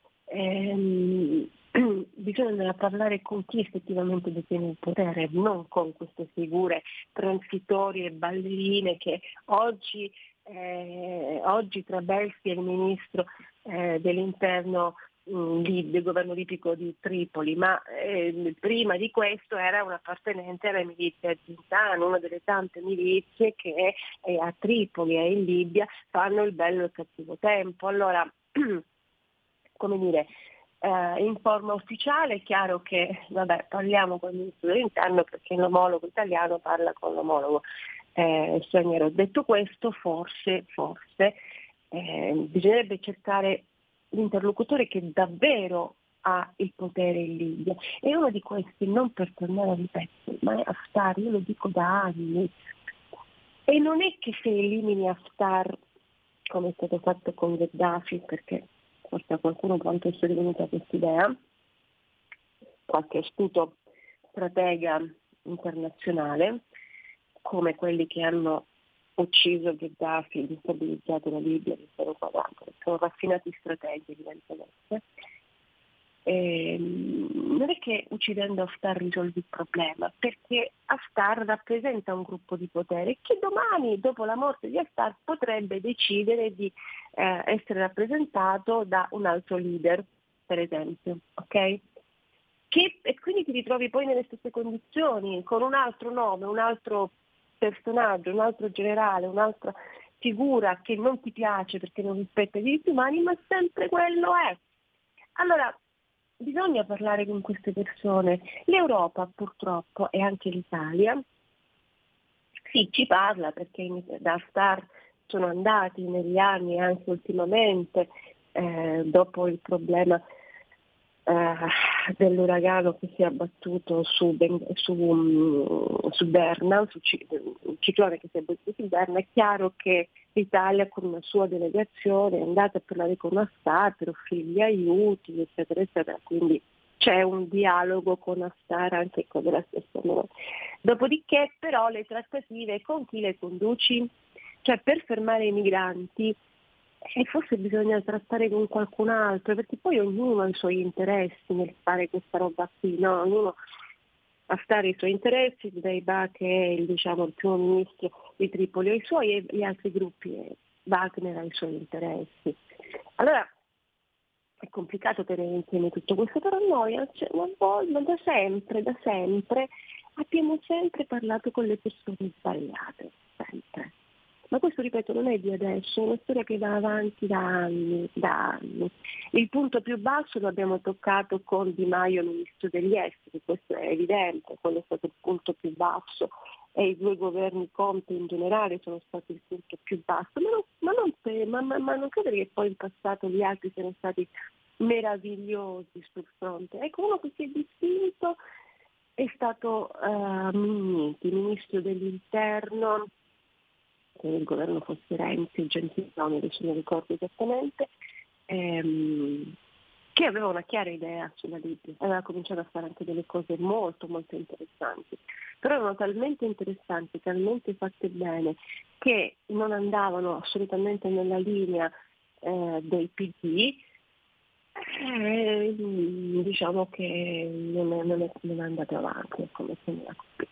bisogna andare a parlare con chi effettivamente detiene il potere, non con queste figure transitorie e ballerine che oggi tra Belsi e il ministro dell'interno del governo libico di Tripoli, ma prima di questo era un appartenente alla milizia Zintan, una delle tante milizie che a Tripoli e in Libia fanno il bello e il cattivo tempo. Allora, come dire, in forma ufficiale è chiaro che parliamo con il ministro dell'interno, perché l'omologo italiano parla con l'omologo straniero. Detto questo, forse bisognerebbe cercare l'interlocutore che davvero ha il potere in Libia, e uno di questi, non per tornare a ripetere, ma è Haftar. Io lo dico da anni, e non è che se elimini Haftar, come è stato fatto con Gheddafi, perché forse a qualcuno può anche essere venuta questa idea, qualche astuto stratega internazionale, come quelli che hanno ucciso Gheddafi e destabilizzato la Libia, che sono raffinati strateghi evidentemente. Non è che uccidendo Haftar risolvi il problema, perché Haftar rappresenta un gruppo di potere che domani, dopo la morte di Haftar, potrebbe decidere di essere rappresentato da un altro leader, per esempio, ok? E quindi ti ritrovi poi nelle stesse condizioni, con un altro nome, un altro personaggio, un altro generale, un'altra figura che non ti piace perché non rispetta i diritti umani, ma sempre quello è. Allora, bisogna parlare con queste persone. L'Europa purtroppo, e anche l'Italia, sì, ci parla, perché da Haftar sono andati negli anni, anche ultimamente, dopo il problema dell'uragano che si è abbattuto su Berna, un ciclone che si è abbattuto su Berna, è chiaro che l'Italia con una sua delegazione è andata a parlare con Haftar per offrirgli aiuti, eccetera, eccetera, quindi c'è un dialogo con Haftar anche con la stessa noi. Dopodiché però le trattative con chi le conduci? Cioè, per fermare i migranti forse bisogna trattare con qualcun altro, perché poi ognuno ha i suoi interessi nel fare questa roba qui, no? Ognuno Haftar i suoi interessi, Deiba che è il primo ministro di Tripoli ha i suoi e gli altri gruppi, e Wagner ha i suoi interessi. Allora è complicato tenere insieme tutto questo, però noi da sempre abbiamo sempre parlato con le persone sbagliate, sempre. Ma questo, ripeto, non è di adesso, è una storia che va avanti da anni. Il punto più basso lo abbiamo toccato con Di Maio, ministro degli esteri, questo è evidente, quello è stato il punto più basso, e i due governi Conte in generale sono stati il punto più basso, ma non credo che poi in passato gli altri siano stati meravigliosi sul fronte. Ecco, uno che si è distinto è stato Minniti, ministro dell'interno, che il governo fosse Renzi, Gentiloni, adesso non ricordo esattamente, che aveva una chiara idea sulla Libia, aveva cominciato a fare anche delle cose molto molto interessanti, però erano talmente interessanti, talmente fatte bene, che non andavano assolutamente nella linea del PD. Diciamo che non è andato avanti come sembra così.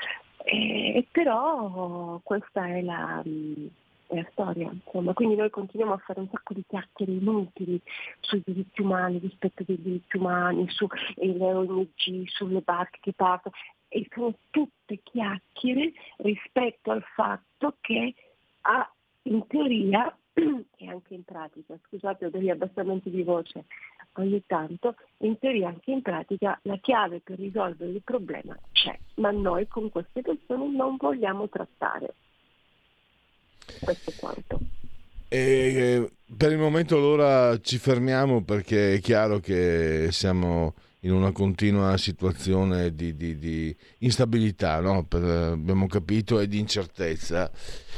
Però questa è la storia, insomma. Quindi noi continuiamo a fare un sacco di chiacchiere inutili sui diritti umani, rispetto dei diritti umani, su le ONG, sulle barche che partono, e sono tutte chiacchiere rispetto al fatto che in teoria e anche in pratica, scusate, ho degli abbassamenti di voce ogni tanto, in teoria anche in pratica la chiave per risolvere il problema c'è, ma noi con queste persone non vogliamo trattare. Questo è quanto.
Per il momento allora ci fermiamo, perché è chiaro che siamo in una continua situazione di instabilità, no? Abbiamo capito, e di incertezza.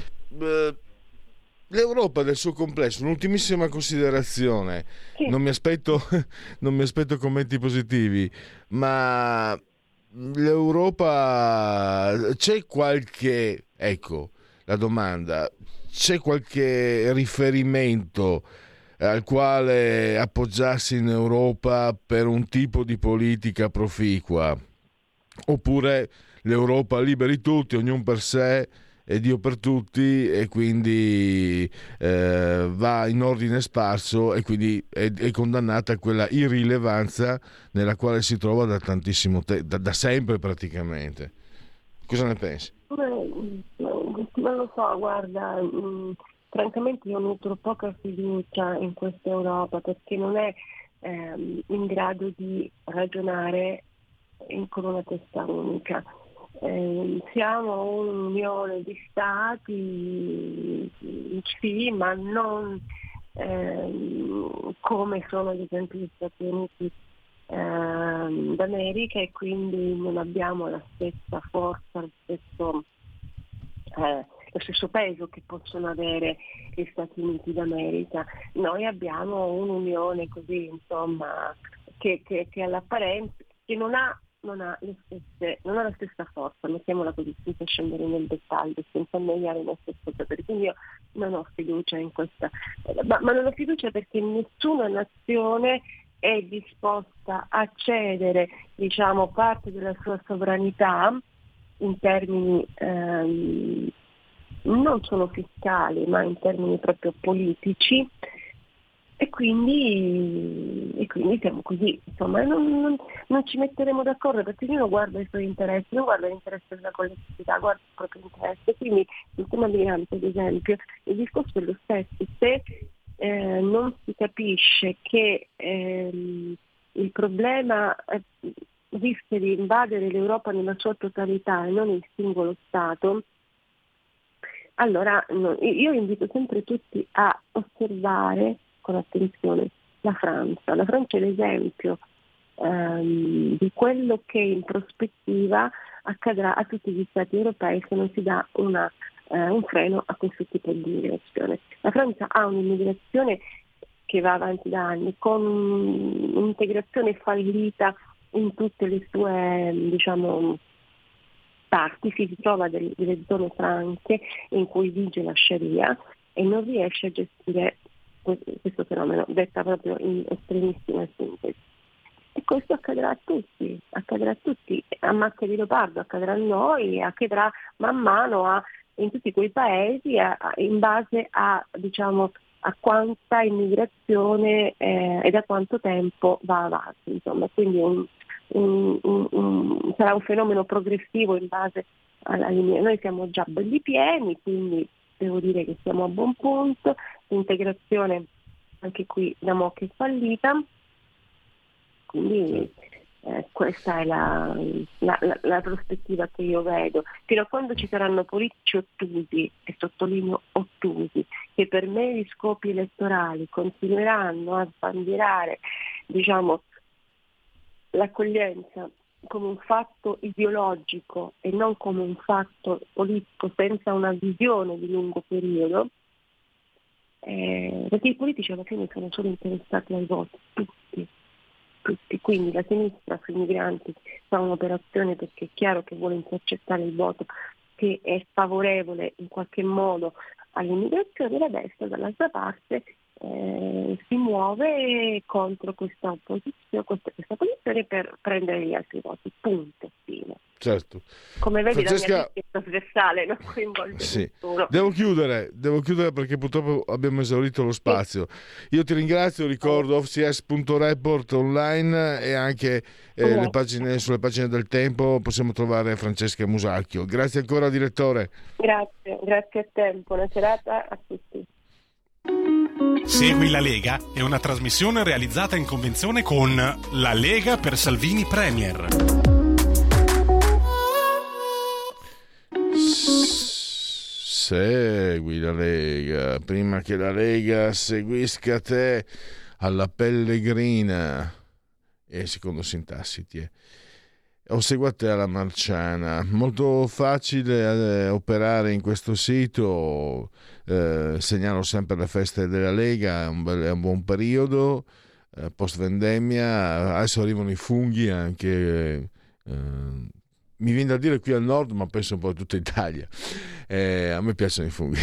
L'Europa del suo complesso, un'ultimissima considerazione, sì. non mi aspetto commenti positivi, ma l'Europa, c'è qualche, ecco la domanda, c'è qualche riferimento al quale appoggiarsi in Europa per un tipo di politica proficua, oppure l'Europa liberi tutti, ognuno per sé e Dio per tutti, e quindi va in ordine sparso, e quindi è condannata a quella irrilevanza nella quale si trova da tantissimo da sempre praticamente. Cosa ne pensi?
Non lo so, guarda, francamente io nutro poca fiducia in questa Europa, perché non è in grado di ragionare con una testa unica. Siamo un'unione di stati, sì, ma non come sono ad esempio gli Stati Uniti d'America, e quindi non abbiamo la stessa forza, lo stesso peso che possono avere gli Stati Uniti d'America. Noi abbiamo un'unione così, insomma, che all'apparenza che non ha la stessa forza, mettiamola così, senza scendere nel dettaglio, senza annoiare i nostri ascoltatori. Quindi io non ho fiducia in questa, ma non ho fiducia perché nessuna nazione è disposta a cedere, diciamo, parte della sua sovranità in termini non solo fiscali, ma in termini proprio politici. E quindi siamo così, insomma, non ci metteremo d'accordo, perché ognuno guarda i suoi interessi, non guarda l'interesse della collettività, guarda il proprio interesse. Quindi sul tema migrante, ad esempio, il discorso è lo stesso. Se non si capisce che il problema rischia di invadere l'Europa nella sua totalità e non il singolo Stato, allora io invito sempre tutti a osservare con attenzione la Francia. La Francia è l'esempio di quello che in prospettiva accadrà a tutti gli Stati europei se non si dà un freno a questo tipo di immigrazione. La Francia ha un'immigrazione che va avanti da anni, con un'integrazione fallita in tutte le sue, diciamo, parti. Si trova delle zone franche in cui vige la Sharia e non riesce a gestire questo fenomeno, detta proprio in estremissima sintesi. E questo accadrà a tutti, a macchia di leopardo accadrà a noi, accadrà man mano in tutti quei paesi in base a quanta immigrazione e da quanto tempo va avanti, insomma, quindi sarà un fenomeno progressivo in base alla linea. Noi siamo già belli pieni, quindi devo dire che siamo a buon punto, l'integrazione anche qui da mo' che è fallita, quindi questa è la prospettiva che io vedo. Fino a quando ci saranno politici ottusi, e sottolineo ottusi, che per meri scopi elettorali continueranno a sbandierare l'accoglienza come un fatto ideologico e non come un fatto politico senza una visione di lungo periodo, perché i politici alla fine sono solo interessati ai voti, tutti. Quindi la sinistra sui migranti fa un'operazione perché è chiaro che vuole intercettare il voto che è favorevole in qualche modo all'immigrazione, e la destra dall'altra parte si muove contro questa posizione per prendere gli altri voti, punto, fine.
Certo.
Come vedi,
Francesca,
la mia vita è trasversale, non coinvolge nessuno.
Devo chiudere perché purtroppo abbiamo esaurito lo spazio. Io ti ringrazio, ricordo offcs.report online e anche sulle pagine del Tempo possiamo trovare Francesca Musacchio. Grazie ancora, direttore.
Grazie a te, buona serata a tutti.
Segui la Lega è una trasmissione realizzata in convenzione con La Lega per Salvini Premier.
Segui la Lega prima che la Lega seguisca te alla pellegrina. E secondo Sintassiti o segua te alla marciana. Molto facile operare in questo sito. Segnalo sempre le feste della Lega, è un buon periodo post vendemmia. Adesso arrivano i funghi anche, mi viene da dire qui al nord, ma penso un po' a tutta Italia. A me piacciono i funghi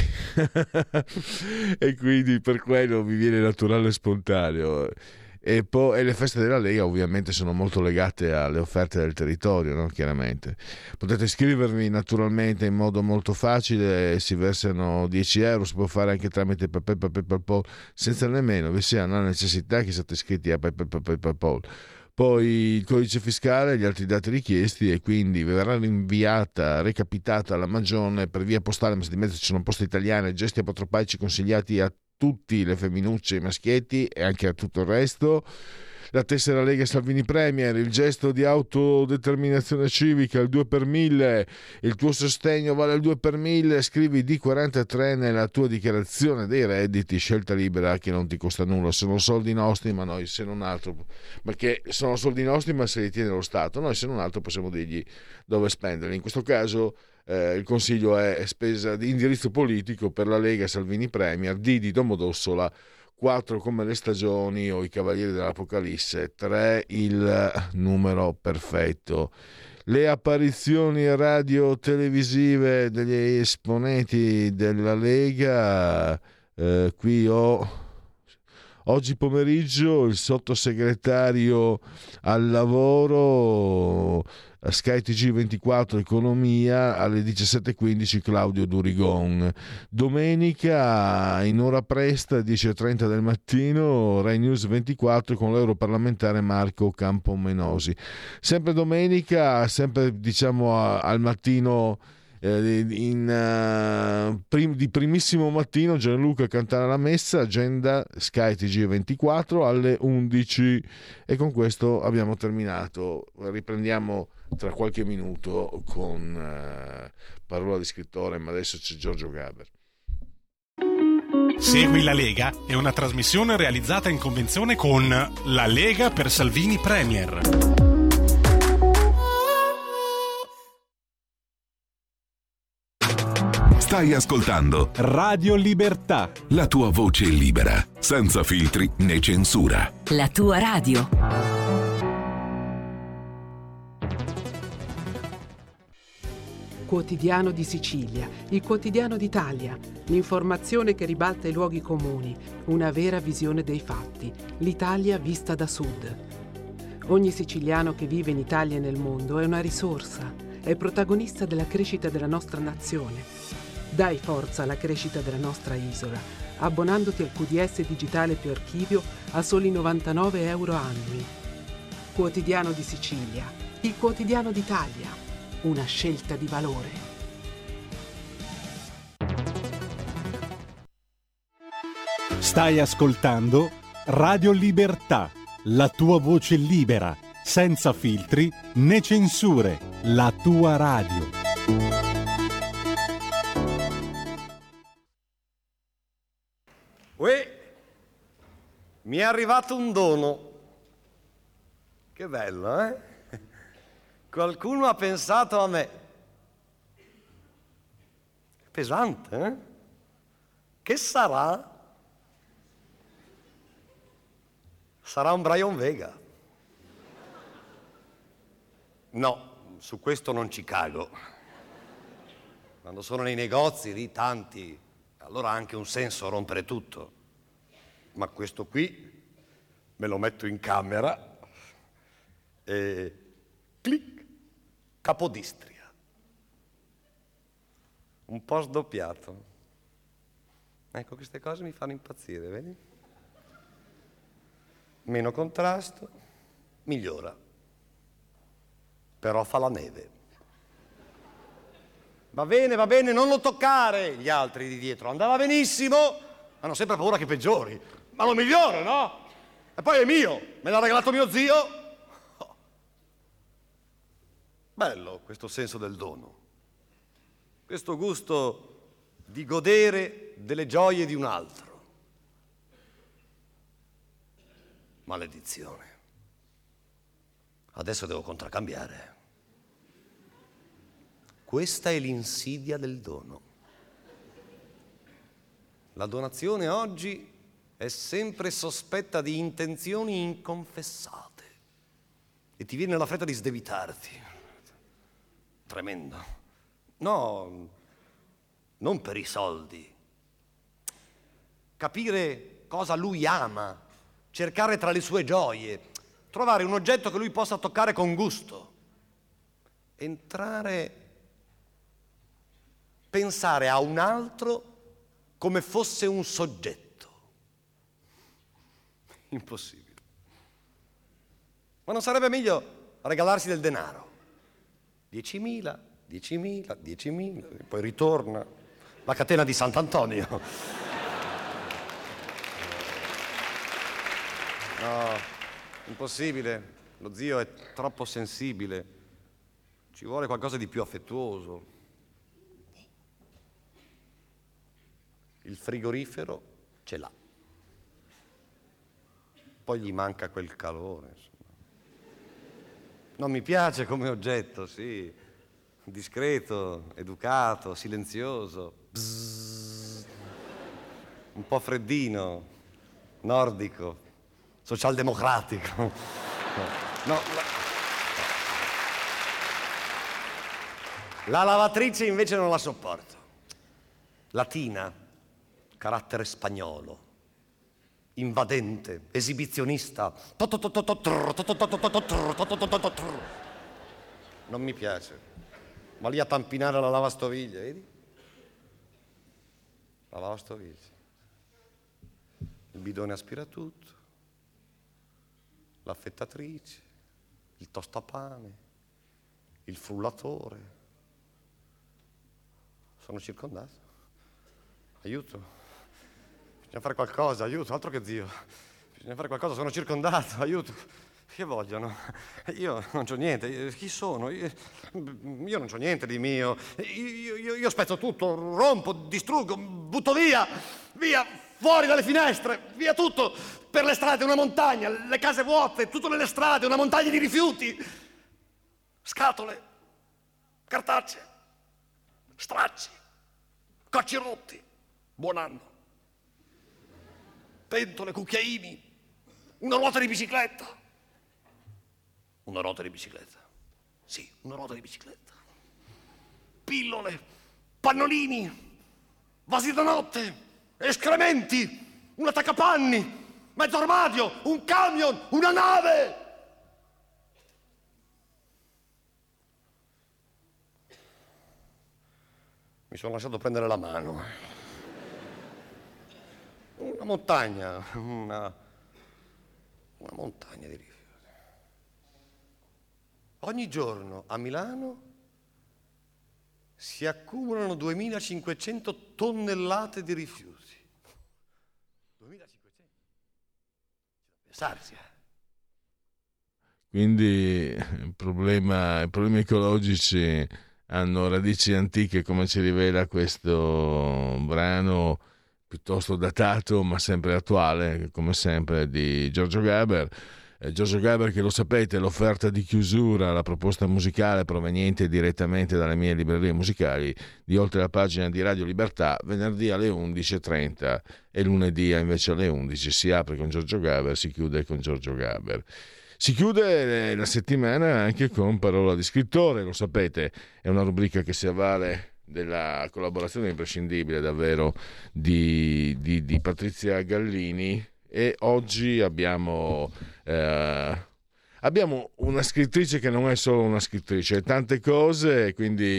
e quindi per quello mi viene naturale e spontaneo. E le feste della Lega ovviamente sono molto legate alle offerte del territorio, no? Chiaramente potete iscrivervi naturalmente in modo molto facile, si versano 10 euro, si può fare anche tramite PayPal, senza nemmeno vi sia una necessità che siate iscritti a PayPal. Poi il codice fiscale, gli altri dati richiesti, e quindi vi verrà recapitata la magione per via postale, ma se di mezzo ci sono poste italiane, gesti apotropaici consigliati a tutti, le femminucce, i maschietti e anche a tutto il resto. La tessera Lega Salvini Premier, il gesto di autodeterminazione civica, il 2 per 1000, il tuo sostegno vale il 2 per 1000, scrivi D43 nella tua dichiarazione dei redditi, scelta libera che non ti costa nulla, sono soldi nostri, ma noi se non altro, perché sono soldi nostri ma se li tiene lo Stato, noi se non altro possiamo dirgli dove spenderli. In questo caso il consiglio è spesa di indirizzo politico per la Lega Salvini Premier, D di Domodossola, 4 come le stagioni o i Cavalieri dell'Apocalisse, 3 il numero perfetto. Le apparizioni radio televisive degli esponenti della Lega, qui oggi pomeriggio il sottosegretario al lavoro a Sky TG24 Economia alle 17.15 Claudio Durigon. Domenica in ora presta 10.30 del mattino Rai News 24 con l'europarlamentare Marco Campomenosi. Sempre domenica, sempre al mattino, di primissimo mattino, Gianluca Cantana la Messa, agenda Sky TG24 alle 11. E con questo abbiamo terminato. Riprendiamo tra qualche minuto con Parola di scrittore, ma adesso c'è Giorgio Gaber.
Segui la Lega è una trasmissione realizzata in convenzione con La Lega per Salvini Premier.
Stai ascoltando
Radio Libertà,
la tua voce libera, senza filtri né censura.
La tua radio.
Quotidiano di Sicilia, il quotidiano d'Italia, l'informazione che ribalta i luoghi comuni, una vera visione dei fatti, l'Italia vista da sud. Ogni siciliano che vive in Italia e nel mondo è una risorsa, è protagonista della crescita della nostra nazione. Dai forza alla crescita della nostra isola, abbonandoti al QDS digitale più archivio a soli 99 euro annui. Quotidiano di Sicilia, il quotidiano d'Italia, una scelta di valore.
Stai ascoltando Radio Libertà, la tua voce libera, senza filtri né censure, la tua radio.
Uè, mi è arrivato un dono. Che bello, eh? Qualcuno ha pensato a me. Pesante, eh? Che sarà? Sarà un Brian Vega. No, su questo non ci cago. Quando sono nei negozi, lì tanti, allora ha anche un senso rompere tutto. Ma questo qui me lo metto in camera e clic, Capodistria. Un po' sdoppiato. Ecco, queste cose mi fanno impazzire, vedi? Meno contrasto, migliora. Però fa la neve. Va bene, non lo toccare! Gli altri di dietro. Andava benissimo, hanno sempre paura che peggiori. Ma lo miglioro, no? E poi è mio, me l'ha regalato mio zio. Oh. Bello questo senso del dono. Questo gusto di godere delle gioie di un altro. Maledizione. Adesso devo contraccambiare. Questa è l'insidia del dono. La donazione oggi è sempre sospetta di intenzioni inconfessate e ti viene la fretta di sdebitarti. Tremendo. No, non per i soldi. Capire cosa lui ama, cercare tra le sue gioie, trovare un oggetto che lui possa toccare con gusto, entrare, pensare a un altro come fosse un soggetto. Impossibile. Ma non sarebbe meglio regalarsi del denaro? 10.000, 10.000, 10.000, e poi ritorna la catena di Sant'Antonio. No, impossibile. Lo zio è troppo sensibile. Ci vuole qualcosa di più affettuoso. Il frigorifero ce l'ha. Poi gli manca quel calore, insomma. Non mi piace come oggetto, sì. Discreto, educato, silenzioso. Bzzz. Un po' freddino, nordico, socialdemocratico. No. La lavatrice invece non la sopporto. Latina, carattere spagnolo. Invadente, esibizionista. Non mi piace. Ma lì a tampinare la lavastoviglie, vedi? La lavastoviglie. Il bidone aspiratutto, l'affettatrice, il tostapane, il frullatore. Sono circondato. Aiuto. Bisogna fare qualcosa, aiuto, altro che zio. Bisogna fare qualcosa, sono circondato, aiuto. Che vogliono? Io non c'ho niente. Chi sono? Io non c'ho niente di mio. Io spezzo tutto, rompo, distruggo, butto via, fuori dalle finestre, via tutto. Per le strade una montagna, le case vuote, tutto nelle strade, una montagna di rifiuti. Scatole, cartacee, stracci, cocci rotti. Buon anno. Pentole, cucchiaini, una ruota di bicicletta. Una ruota di bicicletta. Sì, una ruota di bicicletta. Pillole, pannolini, vasi da notte, escrementi, un attaccapanni, mezzo armadio, un camion, una nave. mi sono lasciato prendere la mano. Una montagna, una montagna di rifiuti. Ogni giorno a Milano si accumulano 2500 tonnellate di rifiuti. 2500? Pensarsi.
Quindi i problemi ecologici hanno radici antiche, come ci rivela questo brano piuttosto datato ma sempre attuale, come sempre, di Giorgio Gaber. Giorgio Gaber, che lo sapete, l'offerta di chiusura, la proposta musicale proveniente direttamente dalle mie librerie musicali di Oltre la pagina di Radio Libertà, venerdì alle 11.30 e lunedì invece alle 11 si apre con Giorgio Gaber, si chiude con Giorgio Gaber. Si chiude la settimana anche con Parola di scrittore, lo sapete, è una rubrica che si avvale della collaborazione imprescindibile davvero di Patrizia Gallini, e oggi abbiamo una scrittrice che non è solo una scrittrice, è tante cose, quindi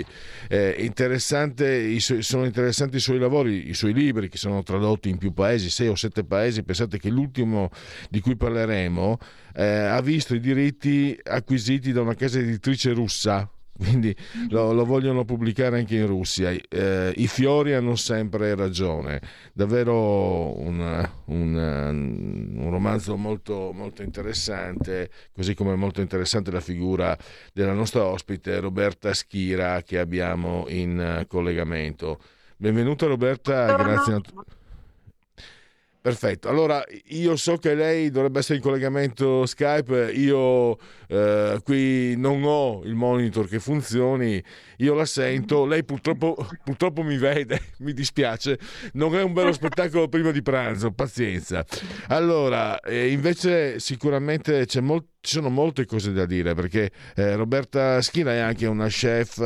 sono interessanti i suoi lavori, i suoi libri che sono tradotti in più paesi, 6 o 7 paesi. Pensate che l'ultimo di cui parleremo ha visto i diritti acquisiti da una casa editrice russa, quindi lo vogliono pubblicare anche in Russia. I fiori hanno sempre ragione, davvero un romanzo molto, molto interessante, così come molto interessante la figura della nostra ospite Roberta Schira, che abbiamo in collegamento. Benvenuta Roberta, grazie. Perfetto, allora io so che lei dovrebbe essere in collegamento Skype, io qui non ho il monitor che funzioni, io la sento, lei purtroppo mi vede, mi dispiace, non è un bello spettacolo prima di pranzo, pazienza. Allora, invece sicuramente ci sono molte cose da dire, perché Roberta Schira è anche una chef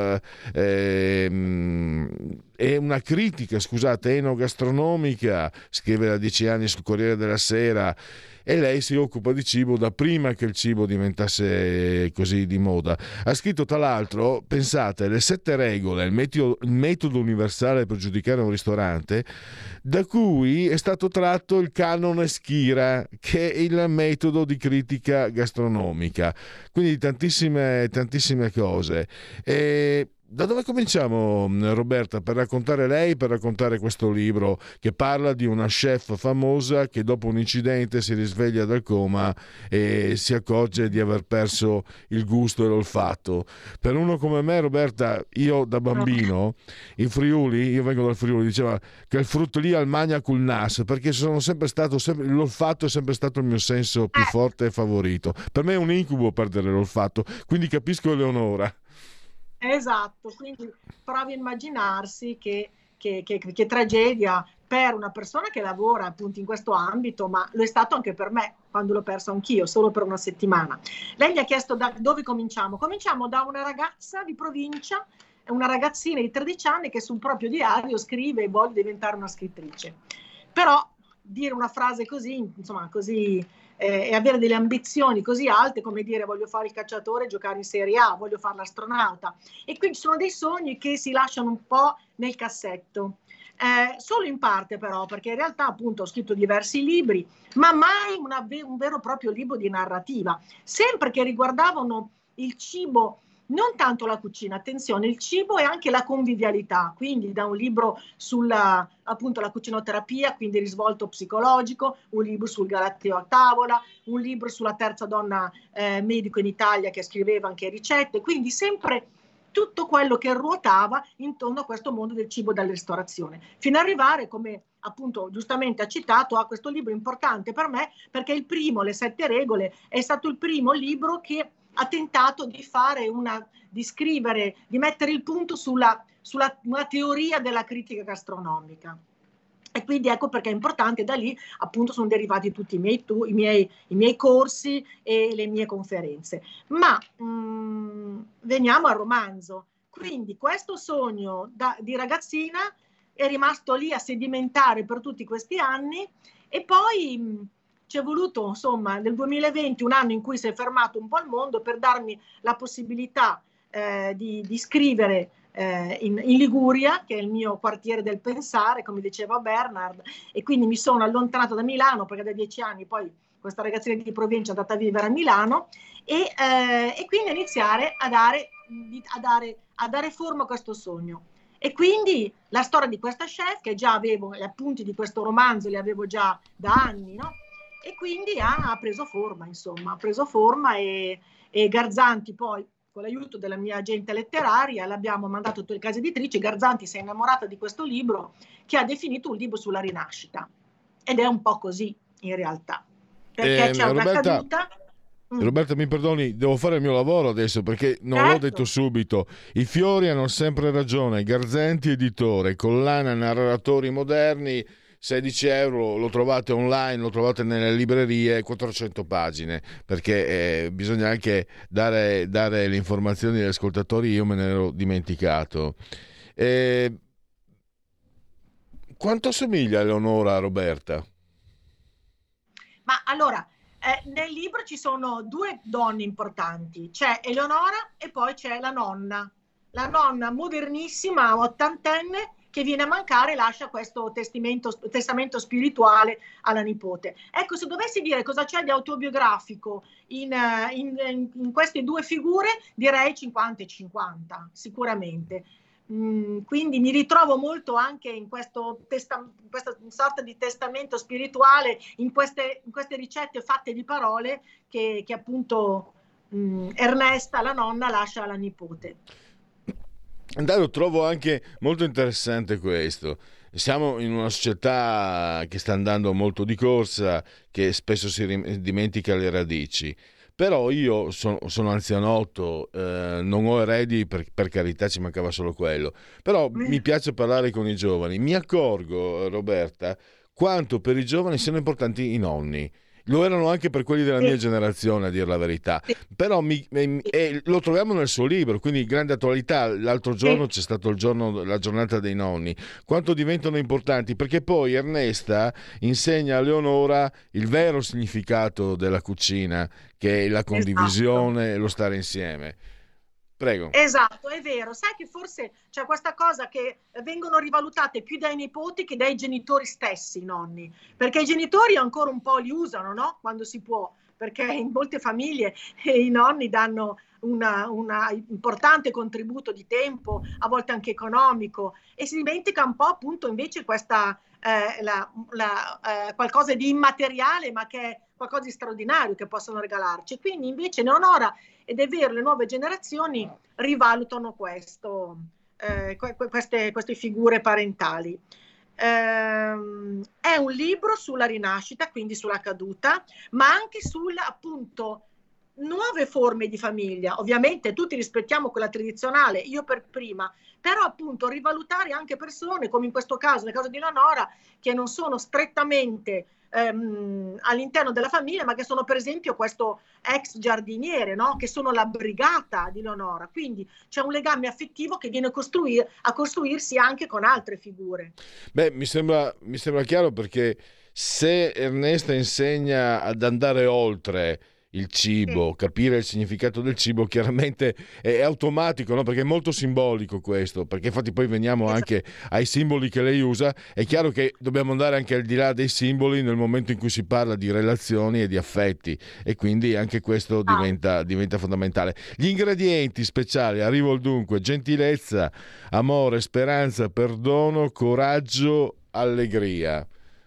e una critica, enogastronomica, scrive da 10 anni sul Corriere della Sera, e lei si occupa di cibo da prima che il cibo diventasse così di moda. Ha scritto tra l'altro, pensate, le 7 regole, il metodo universale per giudicare un ristorante, da cui è stato tratto il canone Schira, che è il metodo di critica gastronomica. Quindi tantissime cose. E da dove cominciamo, Roberta, per raccontare questo libro che parla di una chef famosa che dopo un incidente si risveglia dal coma e si accorge di aver perso il gusto e l'olfatto? Per uno come me, Roberta, io da bambino in Friuli, io vengo dal Friuli, diceva che il frutto lì al magna cul nas, perché l'olfatto è sempre stato il mio senso più forte e favorito. Per me è un incubo perdere l'olfatto, quindi capisco Eleonora.
Esatto, quindi provi a immaginarsi che tragedia per una persona che lavora appunto in questo ambito, ma lo è stato anche per me quando l'ho perso anch'io, solo per una settimana. Lei mi ha chiesto da dove cominciamo? Cominciamo da una ragazza di provincia, una ragazzina di 13 anni che sul proprio diario scrive vuole diventare una scrittrice. Però dire una frase così, insomma, così e avere delle ambizioni così alte come dire voglio fare il cacciatore e giocare in Serie A, voglio fare l'astronauta, e quindi sono dei sogni che si lasciano un po' nel cassetto, solo in parte però, perché in realtà appunto ho scritto diversi libri, ma mai un vero e proprio libro di narrativa, sempre che riguardavano il cibo, non tanto la cucina, attenzione, il cibo e anche la convivialità, quindi da un libro sulla appunto la cucinoterapia, quindi risvolto psicologico, un libro sul galateo a tavola, un libro sulla terza donna medico in Italia che scriveva anche ricette, quindi sempre tutto quello che ruotava intorno a questo mondo del cibo e della ristorazione, fino ad arrivare, come appunto giustamente ha citato, a questo libro importante per me, perché il primo, Le 7 regole, è stato il primo libro che ha tentato di scrivere, di mettere il punto sulla una teoria della critica gastronomica. E quindi ecco perché è importante, da lì appunto sono derivati tutti i miei corsi e le mie conferenze. Ma veniamo al romanzo. Quindi questo sogno di ragazzina è rimasto lì a sedimentare per tutti questi anni, e poi ci è voluto, insomma, nel 2020, un anno in cui si è fermato un po' il mondo, per darmi la possibilità di scrivere in Liguria, che è il mio quartiere del pensare, come diceva Bernard, e quindi mi sono allontanata da Milano, perché da 10 anni poi questa ragazzina di provincia è andata a vivere a Milano, e quindi iniziare a dare forma a questo sogno. E quindi la storia di questa chef, che già avevo, gli appunti di questo romanzo li avevo già da anni, no? E quindi ha preso forma, insomma, e Garzanti poi, con l'aiuto della mia agente letteraria, l'abbiamo mandato a tutte le case editrici. Garzanti si è innamorata di questo libro, che ha definito un libro sulla rinascita, ed è un po' così in realtà, perché c'è una caduta.
Roberta, mi perdoni, devo fare il mio lavoro adesso, perché non l'ho detto subito. I fiori hanno sempre ragione. Garzanti editore, collana narratori moderni, 16 euro, lo trovate online, lo trovate nelle librerie, 400 pagine, perché bisogna anche dare le informazioni agli ascoltatori. Io me ne ero dimenticato. Quanto somiglia Eleonora a Roberta?
Ma allora, nel libro ci sono due donne importanti, c'è Eleonora e poi c'è la nonna modernissima, ottantenne, che viene a mancare e lascia questo testamento spirituale alla nipote. Ecco, se dovessi dire cosa c'è di autobiografico in queste due figure, direi 50 e 50, sicuramente. Quindi mi ritrovo molto anche in questa sorta di testamento spirituale, in queste ricette fatte di parole che appunto Ernesta, la nonna, lascia alla nipote.
Lo trovo anche molto interessante questo. Siamo in una società che sta andando molto di corsa, che spesso si dimentica le radici. Però io sono anzianotto, non ho eredi, per carità, ci mancava solo quello. Però mi piace parlare con i giovani. Mi accorgo, Roberta, quanto per i giovani siano importanti i nonni. Lo erano anche per quelli della mia generazione, a dire la verità. Però lo troviamo nel suo libro, quindi grande attualità. L'altro giorno c'è stato la giornata dei nonni. Quanto diventano importanti, perché poi Ernesta insegna a Leonora il vero significato della cucina, che è la condivisione e lo stare insieme. Prego.
Esatto, è vero. Sai che forse c'è questa cosa che vengono rivalutate più dai nipoti che dai genitori stessi, i nonni, perché i genitori ancora un po' li usano, no? Quando si può, perché in molte famiglie i nonni danno un importante contributo di tempo, a volte anche economico, e si dimentica un po' appunto invece questa qualcosa di immateriale, ma che è qualcosa di straordinario che possono regalarci. Quindi invece Leonora, ed è vero, le nuove generazioni rivalutano queste figure parentali. È un libro sulla rinascita, quindi sulla caduta, ma anche sulla appunto nuove forme di famiglia. Ovviamente tutti rispettiamo quella tradizionale, io per prima, però appunto rivalutare anche persone, come in questo caso, nel caso di Leonora, che non sono strettamente all'interno della famiglia, ma che sono per esempio questo ex giardiniere, no? Che sono la brigata di Leonora. Quindi c'è un legame affettivo che viene a costruirsi anche con altre figure.
Beh, mi sembra chiaro, perché se Ernesta insegna ad andare oltre il cibo, capire il significato del cibo, chiaramente è automatico, no? Perché è molto simbolico questo, perché infatti poi veniamo anche ai simboli che lei usa. È chiaro che dobbiamo andare anche al di là dei simboli nel momento in cui si parla di relazioni e di affetti, e quindi anche questo diventa fondamentale. Gli ingredienti speciali, arrivo al dunque: gentilezza, amore, speranza, perdono, coraggio, allegria.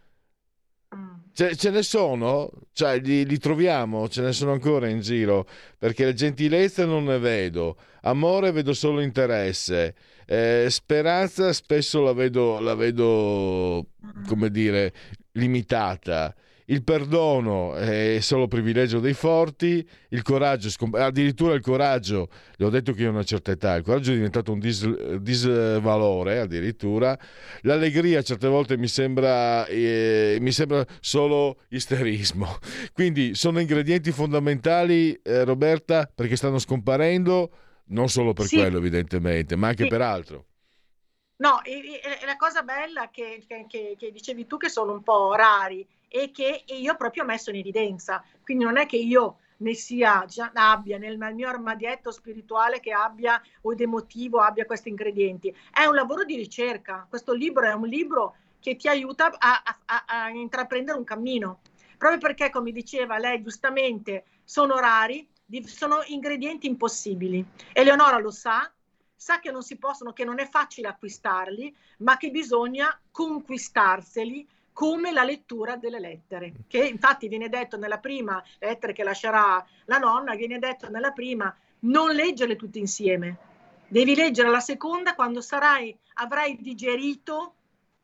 Ce ne sono? Cioè, li troviamo? Ce ne sono ancora in giro? Perché la gentilezza non ne vedo, amore vedo solo interesse, speranza spesso la vedo, come dire, limitata. Il perdono è solo privilegio dei forti, il coraggio, addirittura il coraggio, le ho detto che io ho una certa età, il coraggio è diventato un disvalore addirittura, l'allegria certe volte mi sembra solo isterismo. Quindi sono ingredienti fondamentali, Roberta, perché stanno scomparendo, non solo per quello evidentemente, ma anche per altro.
No, e la cosa bella che dicevi tu, che sono un po' rari, e che io proprio ho messo in evidenza. Quindi non è che io abbia nel mio armadietto spirituale che abbia o ed emotivo abbia questi ingredienti. È un lavoro di ricerca. Questo libro è un libro che ti aiuta a intraprendere un cammino, proprio perché, come diceva lei giustamente, sono rari, sono ingredienti impossibili. Eleonora lo sa che non si possono, che non è facile acquistarli, ma che bisogna conquistarseli, come la lettura delle lettere, che infatti viene detto nella prima, le lettere che lascerà la nonna, viene detto nella prima, non leggerle tutte insieme, devi leggere la seconda quando avrai digerito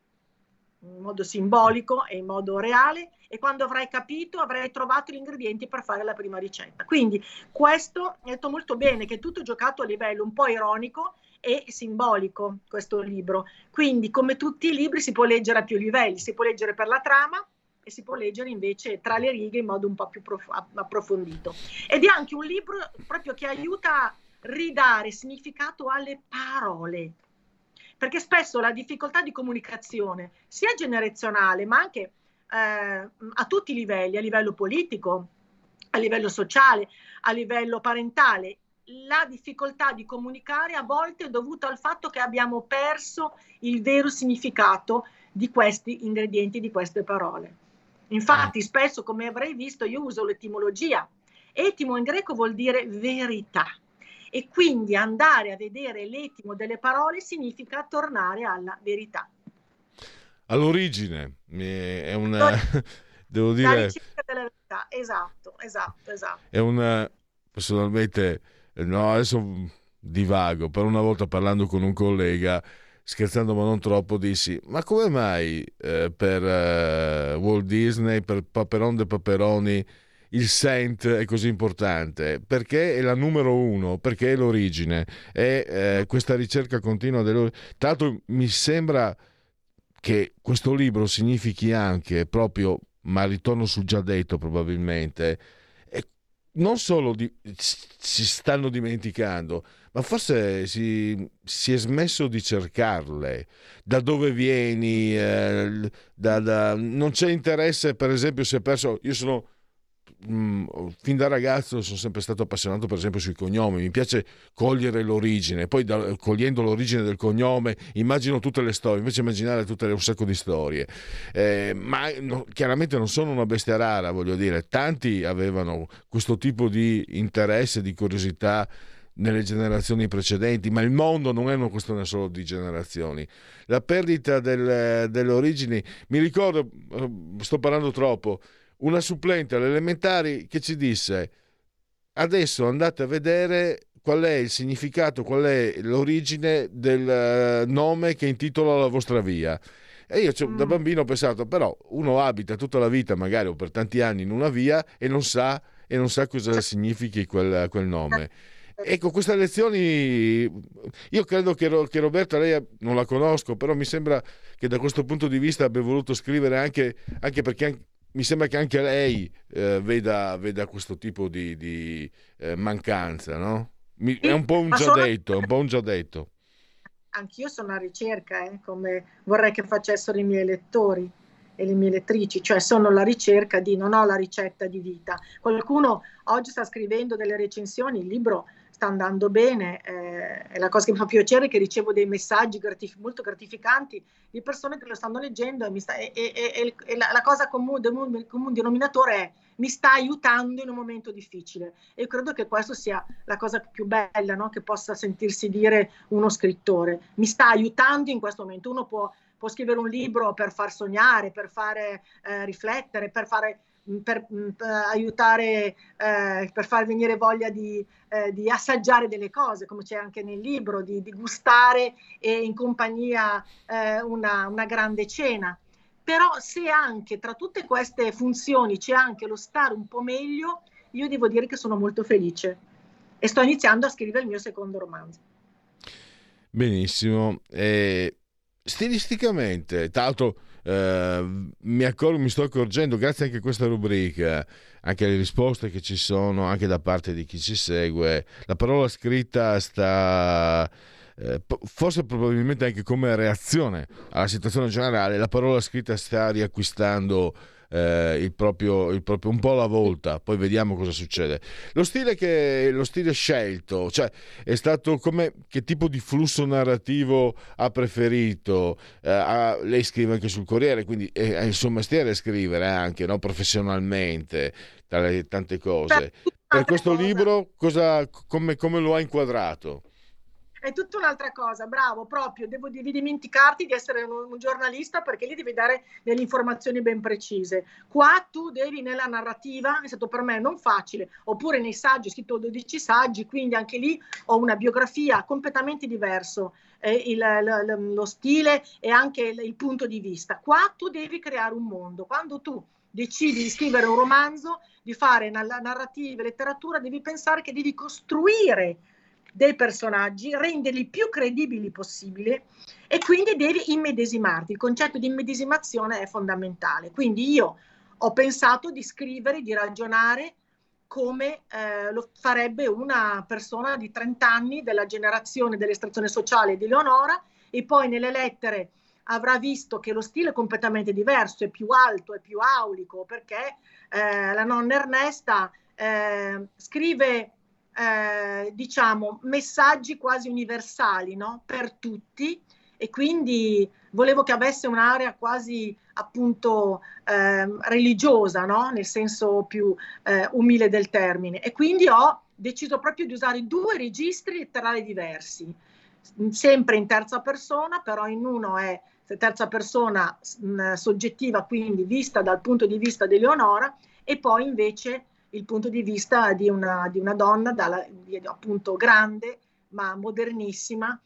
in modo simbolico e in modo reale, e quando avrai capito, avrai trovato gli ingredienti per fare la prima ricetta. Quindi questo è detto molto bene, che è tutto giocato a livello un po' ironico e simbolico, questo libro. Quindi, come tutti i libri, si può leggere a più livelli, si può leggere per la trama e si può leggere invece tra le righe in modo un po' più approfondito. Ed è anche un libro proprio che aiuta a ridare significato alle parole, perché spesso la difficoltà di comunicazione, sia generazionale ma anche a tutti i livelli, a livello politico, a livello sociale, a livello parentale, la difficoltà di comunicare a volte è dovuta al fatto che abbiamo perso il vero significato di questi ingredienti, di queste parole. Infatti spesso, come avrei visto, io uso l'etimologia. Etimo in greco vuol dire verità, e quindi andare a vedere l'etimo delle parole significa tornare alla verità.
All'origine, è una... devo dire...
La ricerca della verità, esatto.
È una... personalmente... No, adesso divago. Per una volta, parlando con un collega, scherzando ma non troppo, dissi: ma come mai per Walt Disney, per Paperon de Paperoni, il Saint è così importante? Perché è la numero uno, perché è l'origine, è questa ricerca continua tra l'altro mi sembra che questo libro significhi anche proprio, ma ritorno sul già detto probabilmente, non solo si stanno dimenticando, ma forse si è smesso di cercarle. Da dove vieni? Non c'è interesse, per esempio, si è perso. Io sono fin da ragazzo sono sempre stato appassionato, per esempio, sui cognomi. Mi piace cogliere l'origine, poi cogliendo l'origine del cognome immagino tutte le storie, invece immaginare un sacco di storie, ma chiaramente non sono una bestia rara, voglio dire, tanti avevano questo tipo di interesse, di curiosità nelle generazioni precedenti, ma il mondo non è una questione solo di generazioni. La perdita delle origini, mi ricordo, sto parlando troppo, una supplente alle elementari che ci disse: adesso andate a vedere qual è il significato, qual è l'origine del nome che intitola la vostra via. E io da bambino ho pensato, però uno abita tutta la vita magari o per tanti anni in una via e non sa cosa significhi quel nome. Ecco, queste lezioni, io credo che Roberta, lei non la conosco, però mi sembra che da questo punto di vista abbia voluto scrivere anche perché mi sembra che anche lei veda questo tipo di mancanza, no? È un po' un già detto.
Anch'io sono a ricerca, come vorrei che facessero i miei lettori e le mie lettrici, cioè sono alla ricerca non ho la ricetta di vita. Qualcuno oggi sta scrivendo delle recensioni, il libro sta andando bene, è la cosa che mi fa piacere, che ricevo dei messaggi molto gratificanti di persone che lo stanno leggendo e la cosa comune denominatore è: mi sta aiutando in un momento difficile. E io credo che questo sia la cosa più bella, no? Che possa sentirsi dire uno scrittore: mi sta aiutando in questo momento. Uno può scrivere un libro per far sognare, per fare riflettere, per aiutare, per far venire voglia di assaggiare delle cose, come c'è anche nel libro, di gustare in compagnia una grande cena. Però se anche tra tutte queste funzioni c'è anche lo stare un po' meglio, io devo dire che sono molto felice e sto iniziando a scrivere il mio secondo romanzo.
Benissimo. Stilisticamente, tra l'altro, mi sto accorgendo, grazie anche a questa rubrica, anche alle risposte che ci sono anche da parte di chi ci segue, la parola scritta sta forse probabilmente anche come reazione alla situazione generale, la parola scritta sta riacquistando il proprio un po' alla volta, poi vediamo cosa succede. Lo stile scelto, cioè è stato che tipo di flusso narrativo ha preferito? Lei scrive anche sul Corriere, quindi è il suo mestiere scrivere anche, no? Professionalmente, tra le tante cose. Per questo libro come lo ha inquadrato?
È tutta un'altra cosa, bravo, proprio, devi dimenticarti di essere un giornalista, perché lì devi dare delle informazioni ben precise. Qua tu devi, nella narrativa, è stato per me non facile, oppure nei saggi, ho scritto 12 saggi, quindi anche lì ho una biografia completamente diverso, lo stile e anche il punto di vista. Qua tu devi creare un mondo. Quando tu decidi di scrivere un romanzo, di fare narrativa e letteratura, devi pensare che devi costruire dei personaggi, renderli più credibili possibile, e quindi devi immedesimarti. Il concetto di immedesimazione è fondamentale. Quindi io ho pensato di scrivere, di ragionare come lo farebbe una persona di 30 anni della generazione dell'estrazione sociale di Leonora, e poi nelle lettere avrà visto che lo stile è completamente diverso, è più alto, è più aulico, perché la nonna Ernesta scrive diciamo messaggi quasi universali, no? Per tutti, e quindi volevo che avesse un'area quasi appunto religiosa, no? Nel senso più umile del termine, e quindi ho deciso proprio di usare 2 registri letterari diversi, sempre in terza persona, però in uno è terza persona soggettiva, quindi vista dal punto di vista di Leonora, e poi invece il punto di vista di una donna appunto grande ma modernissima,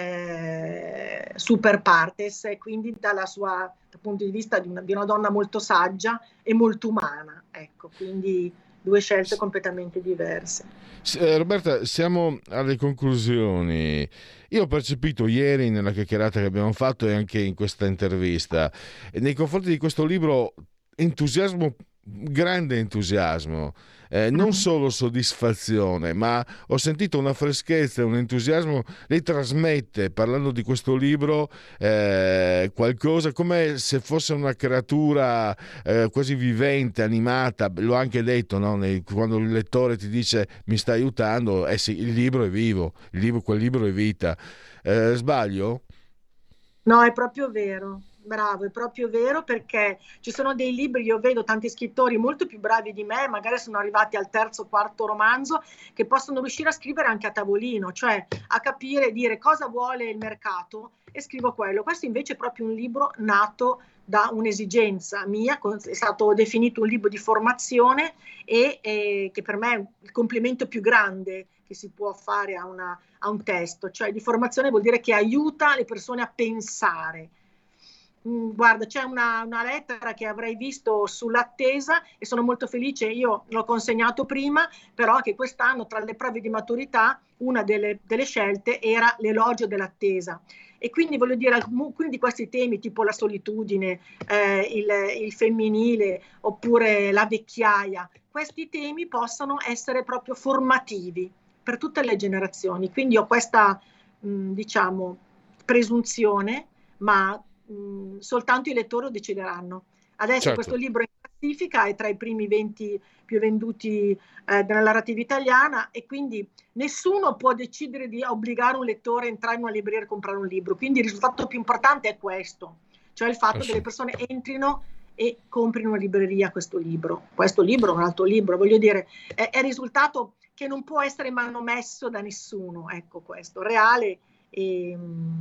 super partes, e quindi dal punto di vista di una donna molto saggia e molto umana, ecco, quindi 2 scelte completamente diverse.
Roberta, siamo alle conclusioni. Io ho percepito ieri, nella chiacchierata che abbiamo fatto e anche in questa intervista, nei confronti di questo libro, entusiasmo, grande entusiasmo, non solo soddisfazione, ma ho sentito una freschezza, un entusiasmo. Lei trasmette, parlando di questo libro, qualcosa come se fosse una creatura quasi vivente, animata. L'ho anche detto, no? Quando il lettore ti dice mi sta aiutando, sì, il libro è vivo, quel libro è vita. Sbaglio?
No, è proprio vero. Bravo, è proprio vero, perché ci sono dei libri, io vedo tanti scrittori molto più bravi di me, magari sono arrivati al 3° o 4° romanzo, che possono riuscire a scrivere anche a tavolino, cioè a capire, dire cosa vuole il mercato e scrivo quello. Questo invece è proprio un libro nato da un'esigenza mia, è stato definito un libro di formazione e che per me è il complimento più grande che si può fare a un testo, cioè di formazione vuol dire che aiuta le persone a pensare. Guarda, c'è una lettera che avrei visto sull'attesa e sono molto felice, io l'ho consegnato prima, però che quest'anno tra le prove di maturità una delle scelte era l'elogio dell'attesa, e quindi voglio dire, quindi questi temi tipo la solitudine, il femminile oppure la vecchiaia, questi temi possono essere proprio formativi per tutte le generazioni, quindi ho questa diciamo presunzione, ma soltanto i lettori lo decideranno. Adesso certo. Questo libro è in classifica, è tra i primi 20 più venduti della narrativa italiana, e quindi nessuno può decidere di obbligare un lettore a entrare in una libreria e comprare un libro, quindi il risultato più importante è questo, cioè il fatto che le persone entrino e comprino in una libreria questo libro, un altro libro, voglio dire, è il risultato che non può essere manomesso da nessuno, ecco, questo reale e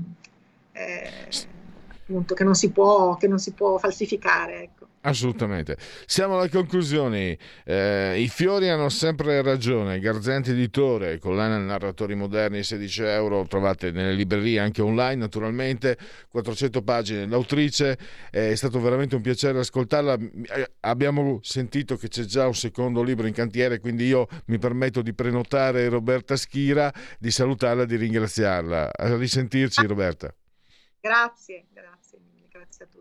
appunto che non si può falsificare, ecco.
Assolutamente. Siamo alle conclusioni. I fiori hanno sempre ragione. Garzanti Editore, collana Narratori Moderni, 16 euro, trovate nelle librerie anche online naturalmente, 400 pagine. L'autrice, è stato veramente un piacere ascoltarla. Abbiamo sentito che c'è già un secondo libro in cantiere, quindi io mi permetto di prenotare Roberta Schira, di salutarla e di ringraziarla. A risentirci, Roberta.
Grazie mille, grazie a tutti.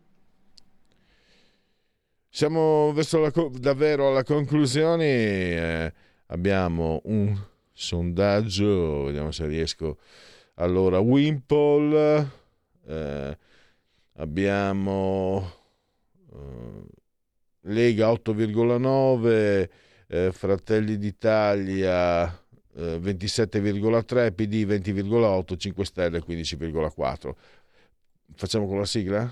Siamo verso davvero alla conclusione. Abbiamo un sondaggio, vediamo se riesco. Allora, Wimpole, abbiamo Lega 8,9, Fratelli d'Italia 27,3, PD 20,8, 5 Stelle 15,4. Facciamo con la sigla?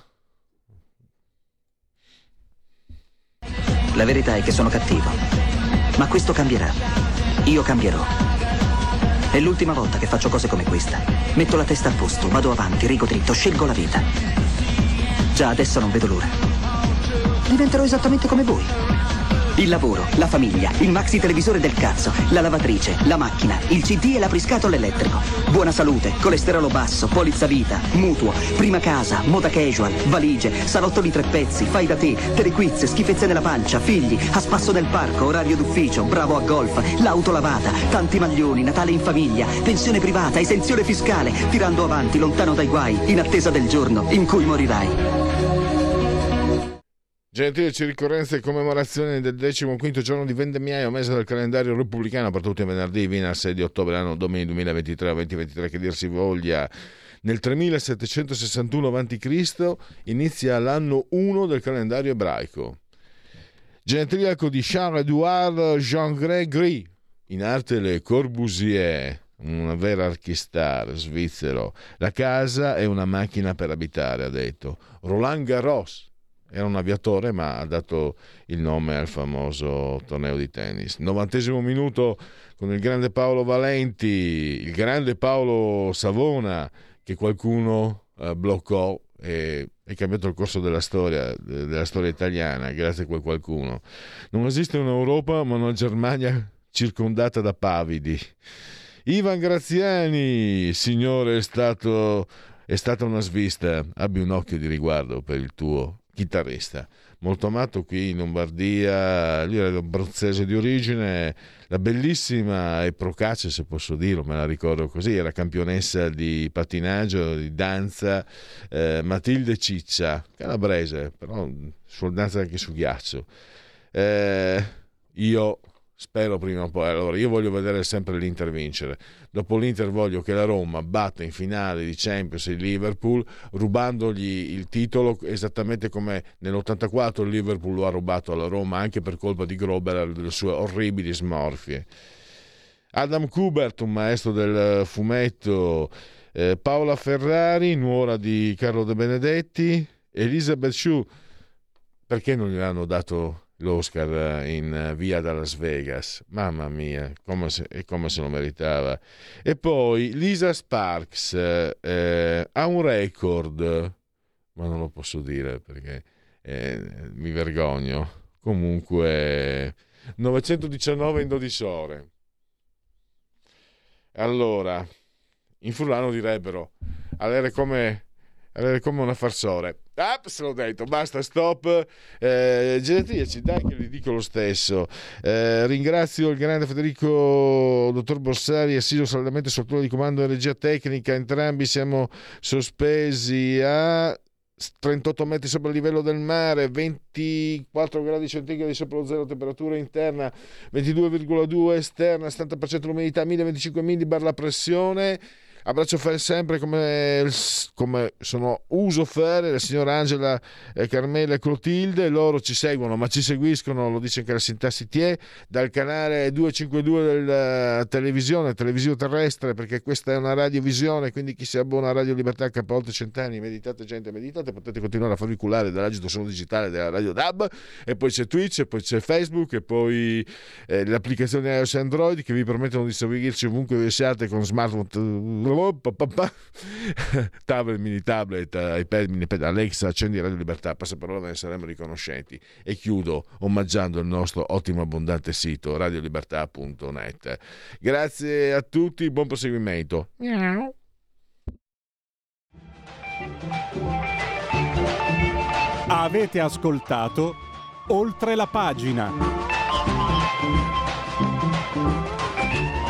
La verità è che sono cattivo, ma questo cambierà. Io cambierò. È l'ultima volta che faccio cose come questa. Metto la testa a posto, vado avanti, rigo dritto, scelgo la vita. Già adesso non vedo l'ora. Diventerò esattamente come voi. Il lavoro, la famiglia, il maxi televisore del cazzo, la lavatrice, la macchina, il CD e l'apriscatole elettrico. Buona salute, colesterolo basso, polizza vita, mutuo, prima casa, moda casual, valigie, salottoli 3 pezzi, fai da te, telequiz, schifezze nella pancia, figli, a spasso nel parco, orario d'ufficio, bravo a golf, l'auto lavata, tanti maglioni, Natale in famiglia, pensione privata, esenzione fiscale, tirando avanti, lontano dai guai, in attesa del giorno in cui morirai.
Gentili ricorrenze e commemorazioni del 15° giorno di vendemmiaio, mese del calendario repubblicano, per tutti i venerdì, viene al 6 di ottobre, anno domini 2023 o 2023 che dir si voglia. Nel 3761 a.C. inizia l'anno 1 del calendario ebraico. Genetriaco di Charles-Édouard Jean-Grégory, in arte Le Corbusier, una vera archistar svizzero. La casa è una macchina per abitare, ha detto. Roland Garros era un aviatore, ma ha dato il nome al famoso torneo di tennis. 90° minuto con il grande Paolo Valenti, il grande Paolo Savona, che qualcuno bloccò e cambiato il corso della storia italiana, grazie a quel qualcuno. Non esiste un'Europa, ma una Germania circondata da pavidi. Ivan Graziani, signore, è stata una svista. Abbi un occhio di riguardo per il tuo chitarrista, molto amato qui in Lombardia. Lui era abruzzese di origine, la bellissima e procace, se posso dirlo, me la ricordo così, era campionessa di pattinaggio, di danza, Matilde Ciccia, calabrese, però danza anche su ghiaccio. Io spero prima o poi, allora io voglio vedere sempre l'Inter vincere. Dopo l'Inter voglio che la Roma batta in finale di Champions il Liverpool, rubandogli il titolo esattamente come nell'84 il Liverpool lo ha rubato alla Roma, anche per colpa di Grober e delle sue orribili smorfie. Adam Kubert, un maestro del fumetto, Paola Ferrari, nuora di Carlo De Benedetti, Elizabeth Shue, perché non gli hanno dato l'Oscar in Via da Las Vegas? Mamma mia, come se lo meritava. E poi Lisa Sparks ha un record, ma non lo posso dire perché mi vergogno. Comunque 919 in 12 ore. Allora, in Furlano direbbero all'era come una farsore. Se l'ho detto, basta, stop. Genetriaci, dai che li dico lo stesso. Ringrazio il grande Federico dottor Borsari, assiduo saldamente sul turno di comando e regia tecnica. Entrambi siamo sospesi a 38 metri sopra il livello del mare, 24 gradi centigradi sopra lo zero, temperatura interna 22,2, esterna 70% l'umidità, 1025 millibar la pressione. Abbraccio sempre come sono uso fare la signora Angela, Carmela e Clotilde. Loro ci seguono, ma ci seguiscono, lo dice anche la sintassi TIE, dal canale 252 della televisione terrestre, perché questa è una radiovisione, quindi chi si abbona a Radio Libertà che ha oltre 100 anni, meditate gente, meditate, potete continuare a farvi cullare dall'agito suono digitale della Radio DAB, e poi c'è Twitch, e poi c'è Facebook, e poi le applicazioni iOS e Android che vi permettono di seguirci ovunque vi siate con smartphone, tablet, mini tablet, iPad, mini iPad, Alexa, accendi Radio Libertà, passaparola, ne saremo riconoscenti. E chiudo omaggiando il nostro ottimo abbondante sito radiolibertà.net. Grazie a tutti, buon proseguimento.
Avete ascoltato Oltre la pagina.